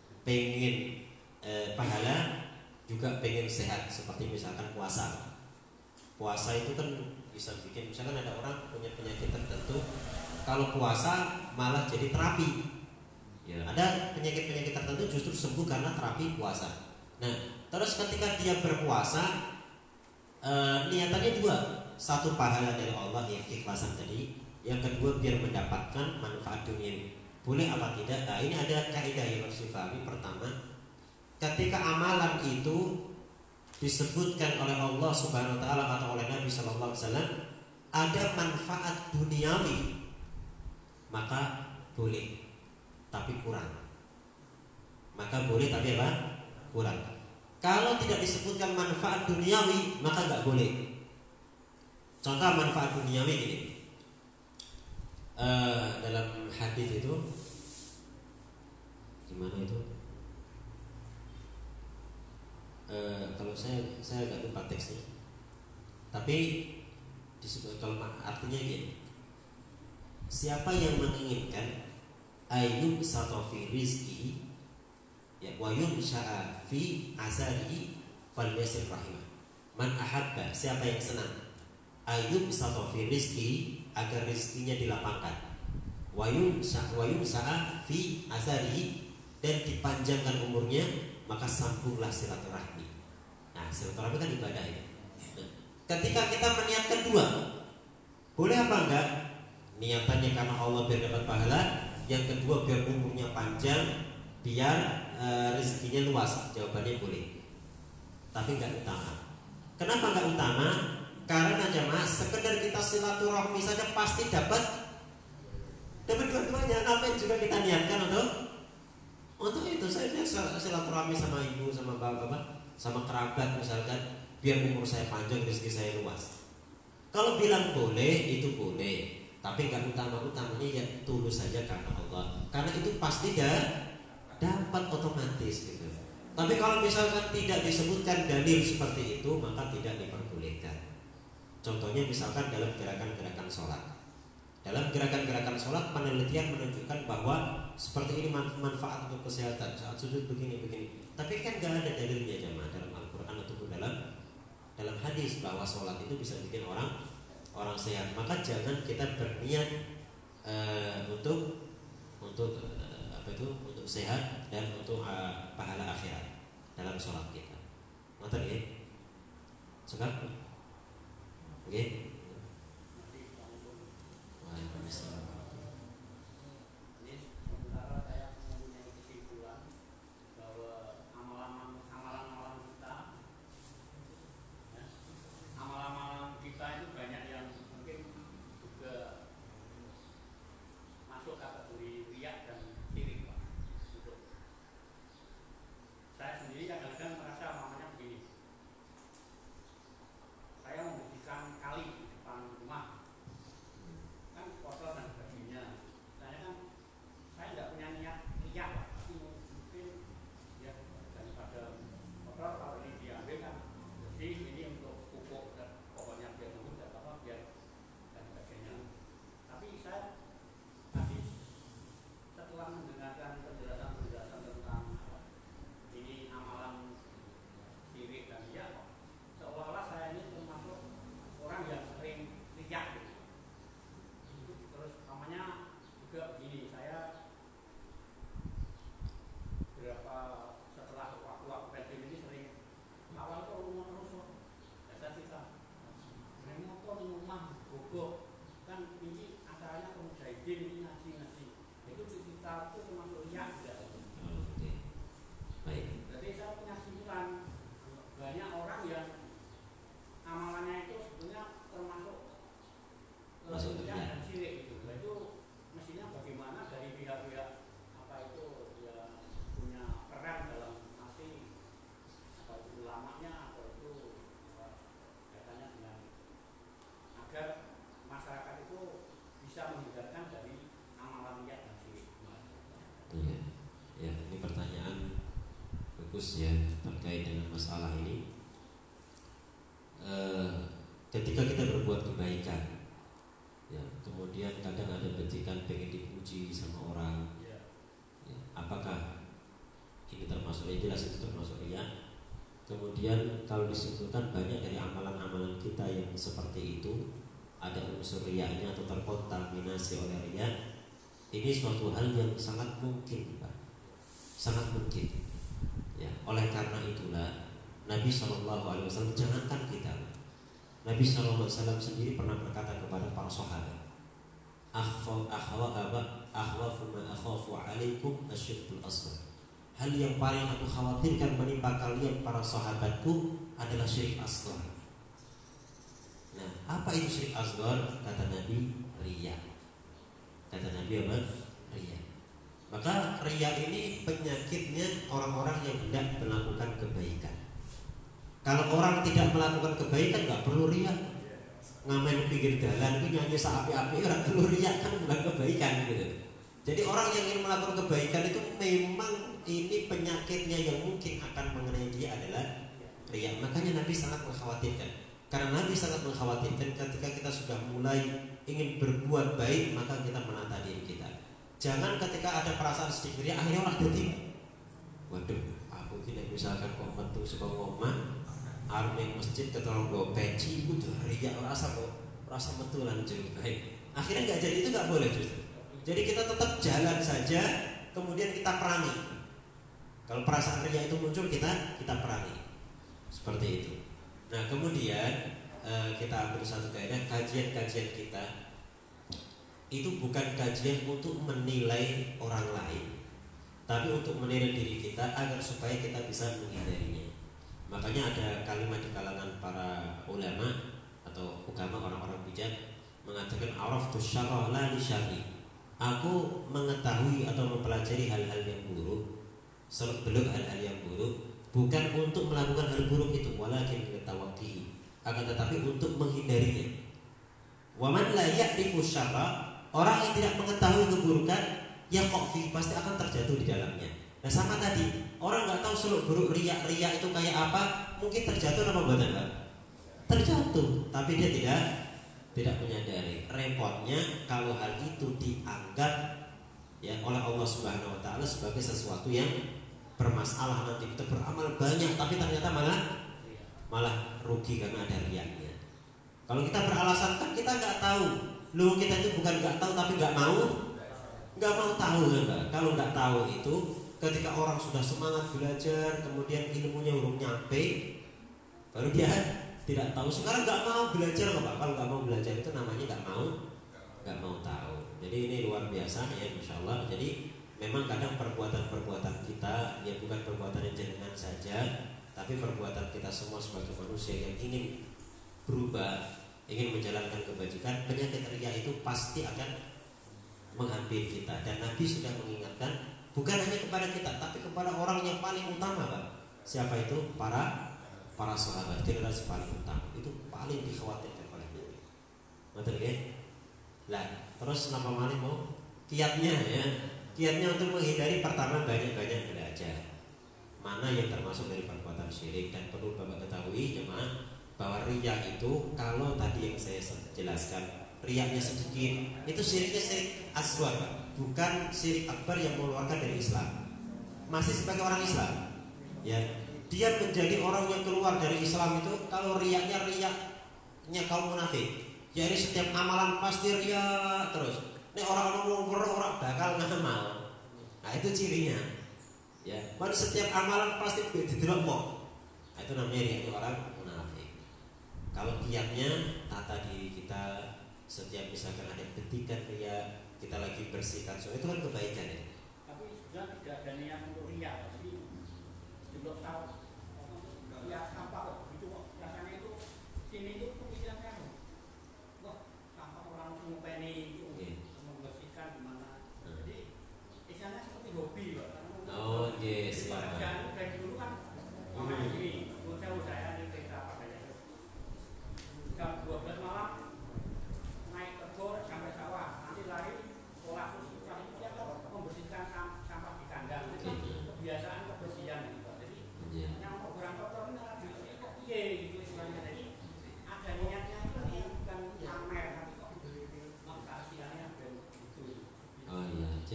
pengen pahala juga pengen sehat, seperti misalkan puasa. Puasa itu kan bisa bikin, misalkan ada orang punya penyakit tertentu, kalau puasa malah jadi terapi. Ya, ada penyakit-penyakit tertentu justru sembuh karena terapi puasa. Nah, terus ketika dia berpuasa, niatannya dua, satu pahala dari Allah yang keikhlasan tadi, yang kedua biar mendapatkan manfaat dunia. Boleh apa tidak? Nah, ini ada kaidah yang harus difahami. Pertama, ketika amalan itu disebutkan oleh Allah Subhanahu wa taala atau oleh Nabi sallallahu alaihi wasallam ada manfaat duniawi, maka boleh, tapi kurang. Maka boleh tapi apa? Kurang. Kalau tidak disebutkan manfaat duniawi, maka nggak boleh. Contoh manfaat duniawi gini. Dalam hadis itu gimana itu? Kalau saya nggak lupa teksnya, tapi disebut kalau artinya gini: siapa yang menginginkan ayub satofi rizki, ya wayun syaa fi azali fal yasir rahimah. Man ahabba, siapa yang senang ayub satofi rizki, agar rizkinya dilapangkan, wayun syaa fi azali, dan dipanjangkan umurnya, maka sambunglah silaturahmi. Nah, silaturahmi kan ibadah itu. Ketika kita meniatkan dua, boleh apa enggak? Niatannya karena Allah biar dapat pahala, yang kedua biar umurnya panjang, biar rezekinya luas. Jawabannya boleh, tapi enggak utama. Kenapa enggak utama? Karena jemaah sekedar kita silaturahmi saja pasti dapat dua-duanya. Ngapain juga kita niatkan untuk itu? Saya silaturahmi sama ibu, sama bapak, sama kerabat misalkan, biar umur saya panjang, rezeki saya luas. Kalau bilang boleh, itu boleh, tapi nggak utamanya ya tulus saja karena Allah, karena itu pasti dapat otomatis gitu. Tapi kalau misalkan tidak disebutkan dalil seperti itu, maka tidak diperbolehkan. Contohnya misalkan dalam gerakan-gerakan sholat. Dalam gerakan-gerakan sholat, penelitian menunjukkan bahwa seperti ini manfaat untuk kesehatan, saat sujud begini. Tapi kan gak ada dalilnya jemaah dalam Al-Quran ataupun dalam hadis bahwa sholat itu bisa bikin orang sehat. Maka jangan kita berniat untuk sehat dan untuk pahala akhirat dalam sholat kita. Ngerti ya? Sekarang, oke? banyak tidak. Oke. Baik. Jadi saya punya kesimpulan banyak orang yang amalannya itu sebetulnya termasuk masuk riya riya. dan syirik gitu. Nah, itu mestinya bagaimana dari pihak-pihak apa itu ya punya peran dalam arti apa itu ulamanya atau itu kaitannya dengan agar masyarakat itu bisa menghindarkan dari amalan riya dan syirik. Iya. Ya, ini pertanyaan bagus ya terkait dengan masalah ini. Ketika kita berbuat kebaikan, ya, kemudian kadang ada betikan pengen dipuji sama orang, ya, apakah ini termasuk riya? Jelas itu termasuk riya. Kemudian kalau disimpulkan banyak dari amalan-amalan kita yang seperti itu ada unsur riyanya atau terkontaminasi oleh riya. Ini suatu hal yang sangat mungkin, Pak. Sangat mungkin. Ya, oleh karena itulah Nabi SAW, jangankan kita, Nabi SAW sendiri pernah berkata kepada para sahabat, akhwafu ma akhafu alaikum asyirkul asghar. Hal yang paling aku khawatirkan menimpa kalian para sahabatku adalah syirik asghar. Nah, apa itu syirik asghar? Kata Nabi, riya. Kata Nabi apa? Riya. Maka riya ini penyakitnya orang-orang yang hendak melakukan kebaikan. Kalau orang tidak melakukan kebaikan nggak perlu riya. Ngamen pinggir jalan itu nyanyi seapi-api nggak perlu riya, kan bukan kebaikan gitu. Jadi orang yang ingin melakukan kebaikan itu memang ini penyakitnya yang mungkin akan mengenai dia adalah riya. Makanya Nabi sangat mengkhawatirkan. Karena Nabi sangat mengkhawatirkan ketika kita sudah mulai ingin berbuat baik, maka kita menata diri kita. Jangan ketika ada perasaan sedikit riya akhirnya orang jadi, waduh, aku tidak misalkan kok metu sebab ngomong arep ning masjid ketolong go peci iku riya rasa metu lan baik. Akhirnya enggak jadi, itu enggak boleh justru. Jadi kita tetap jalan saja, kemudian kita perangi. Kalau perasaan riya itu muncul kita perangi. Seperti itu. Nah, kemudian kita ambil satu kaidah, kajian-kajian kita itu bukan kajian untuk menilai orang lain, tapi untuk menilai diri kita agar supaya kita bisa menghindarinya. Makanya ada kalimat di kalangan para ulama atau ukama, orang-orang bijak, mengatakan araftu syarra la li syarri. Aku mengetahui atau mempelajari hal-hal yang buruk, seluk-beluk hal-hal yang buruk, bukan untuk melakukan hal buruk itu, walakin litawaqqihi, akan tetapi untuk menghindarinya. Wa man la ya'rifu syarra, orang yang tidak mengetahui keburukan, ya fi, pasti akan terjatuh di dalamnya. Nah, sama tadi, orang nggak tahu seluk-beluk riya itu kayak apa, mungkin terjatuh apa buatan Pak? Terjatuh, tapi dia tidak menyadari. Repotnya kalau hal itu dianggap ya oleh Allah Subhanahu wa taala sebagai sesuatu yang bermasalah, nanti kita beramal banyak tapi ternyata malah rugi karena ada riyanya. Kalau kita beralasan kan kita nggak tahu, lu kita itu bukan nggak tahu tapi nggak mau tahu kan Pak? Kalau nggak tahu itu, ketika orang sudah semangat belajar, kemudian ilmunya belum nyampe, baru dia tidak tahu. Sekarang nggak mau belajar kok Pak. Kalau nggak mau belajar itu namanya nggak mau tahu. Jadi ini luar biasa ya, Masya Allah. Jadi memang kadang perbuatan kita ya bukan perbuatan yang jenengan saja, tapi perbuatan kita semua sebagai manusia yang ingin berubah, ingin menjalankan kebajikan. Penyakit riya itu pasti akan menghampiri kita. Dan Nabi sudah mengingatkan, bukan hanya kepada kita, tapi kepada orang yang paling utama Pak. Siapa itu? Para sahabat, generasi paling utama. Itu paling dikhawatirkan oleh Nabi. Betul ya? Lah, terus kenapa malah mau kiatnya ya? Kiatnya untuk menghindari, pertama banyak-banyak belajar mana yang termasuk dari perbuatan syirik. Dan perlu Bapak ketahui jemaah bahwa riya itu, kalau tadi yang saya jelaskan riyanya sedikit, itu syiriknya syirik asghar Pak, bukan syirik akbar yang mengeluarkan dari Islam. Masih sebagai orang Islam ya, dia menjadi orang yang keluar dari Islam itu kalau riyanya kaum munafik. Jadi setiap amalan pasti riya terus. Ini orang bakal ngamal. Nah, itu cirinya. Ya, baru setiap amalan pasti didelok kok. Nah, itu namanya riya orang munafik. Kalau kiatnya tata diri kita, setiap misalkan ada ketikan riya, kita lagi bersihkan, so itu kan kebaikan ya. Tapi sudah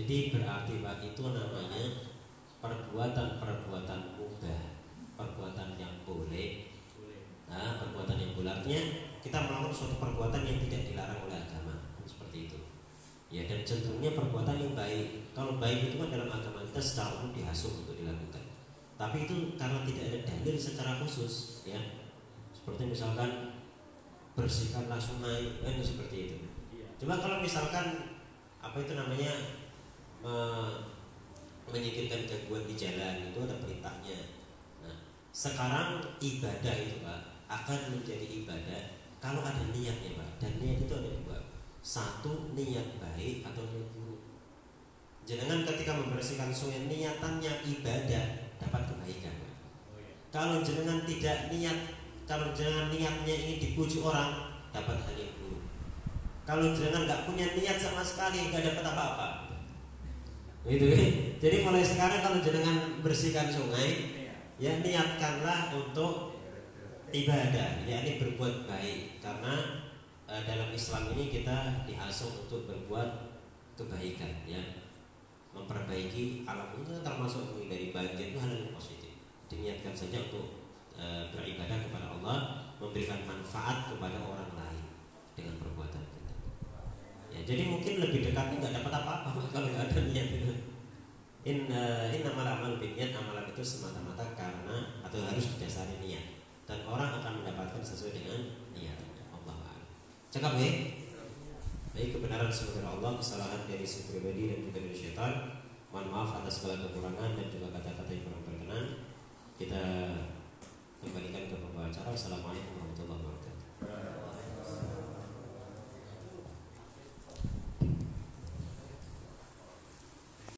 Jadi berarti Pak itu namanya perbuatan mubah, perbuatan yang boleh. Nah, perbuatan yang boleh artinya kita melakukan suatu perbuatan yang tidak dilarang oleh agama, seperti itu. Ya, dan cenderungnya perbuatan yang baik. Kalau baik itu kan dalam agama kita secara umum dihasut untuk dilakukan. Tapi itu karena tidak ada dalil secara khusus, ya. Seperti misalkan bersihkanlah sungai, seperti itu. Cuma kalau misalkan apa itu namanya menyingkirkan gangguan di jalan itu ada perintahnya. Nah, sekarang ibadah itu Pak akan menjadi ibadah kalau ada niatnya Pak. Dan niat itu ada dua. Satu, niat baik atau niat buruk. Jangan ketika membersihkan sungai niatannya ibadah dapat kebaikan Pak. Kalau jenengan tidak niat, kalau jenengan niatnya ingin dipuji orang dapat hal yang buruk. Kalau jenengan nggak punya niat sama sekali nggak dapat apa-apa. Gitu kan? Jadi mulai sekarang kalau jenengan bersihkan sungai, ya niatkanlah untuk ibadah, yakni berbuat baik. Karena dalam Islam ini kita dihasung untuk berbuat kebaikan, ya, memperbaiki alam ini termasuk dari banjir itu hal yang positif. Diniatkan saja untuk beribadah kepada Allah, memberikan manfaat kepada orang lain dengan perbuatan kita. Ya, jadi mungkin lebih dekatnya nggak dapat apa-apa kalau nggak ada niat itu. Innamal a'malu binniyat, amalan itu semata-mata karena atau harus didasari niat. Dan orang akan mendapatkan sesuai dengan niat. Allah a'lam. Cakap ya? Baik, kebenaran semua dari Allah, kesalahan dari si pribadi dan juga dari syaitan. Mohon maaf atas segala kekurangan dan juga kata-kata yang kurang berkenan. Kita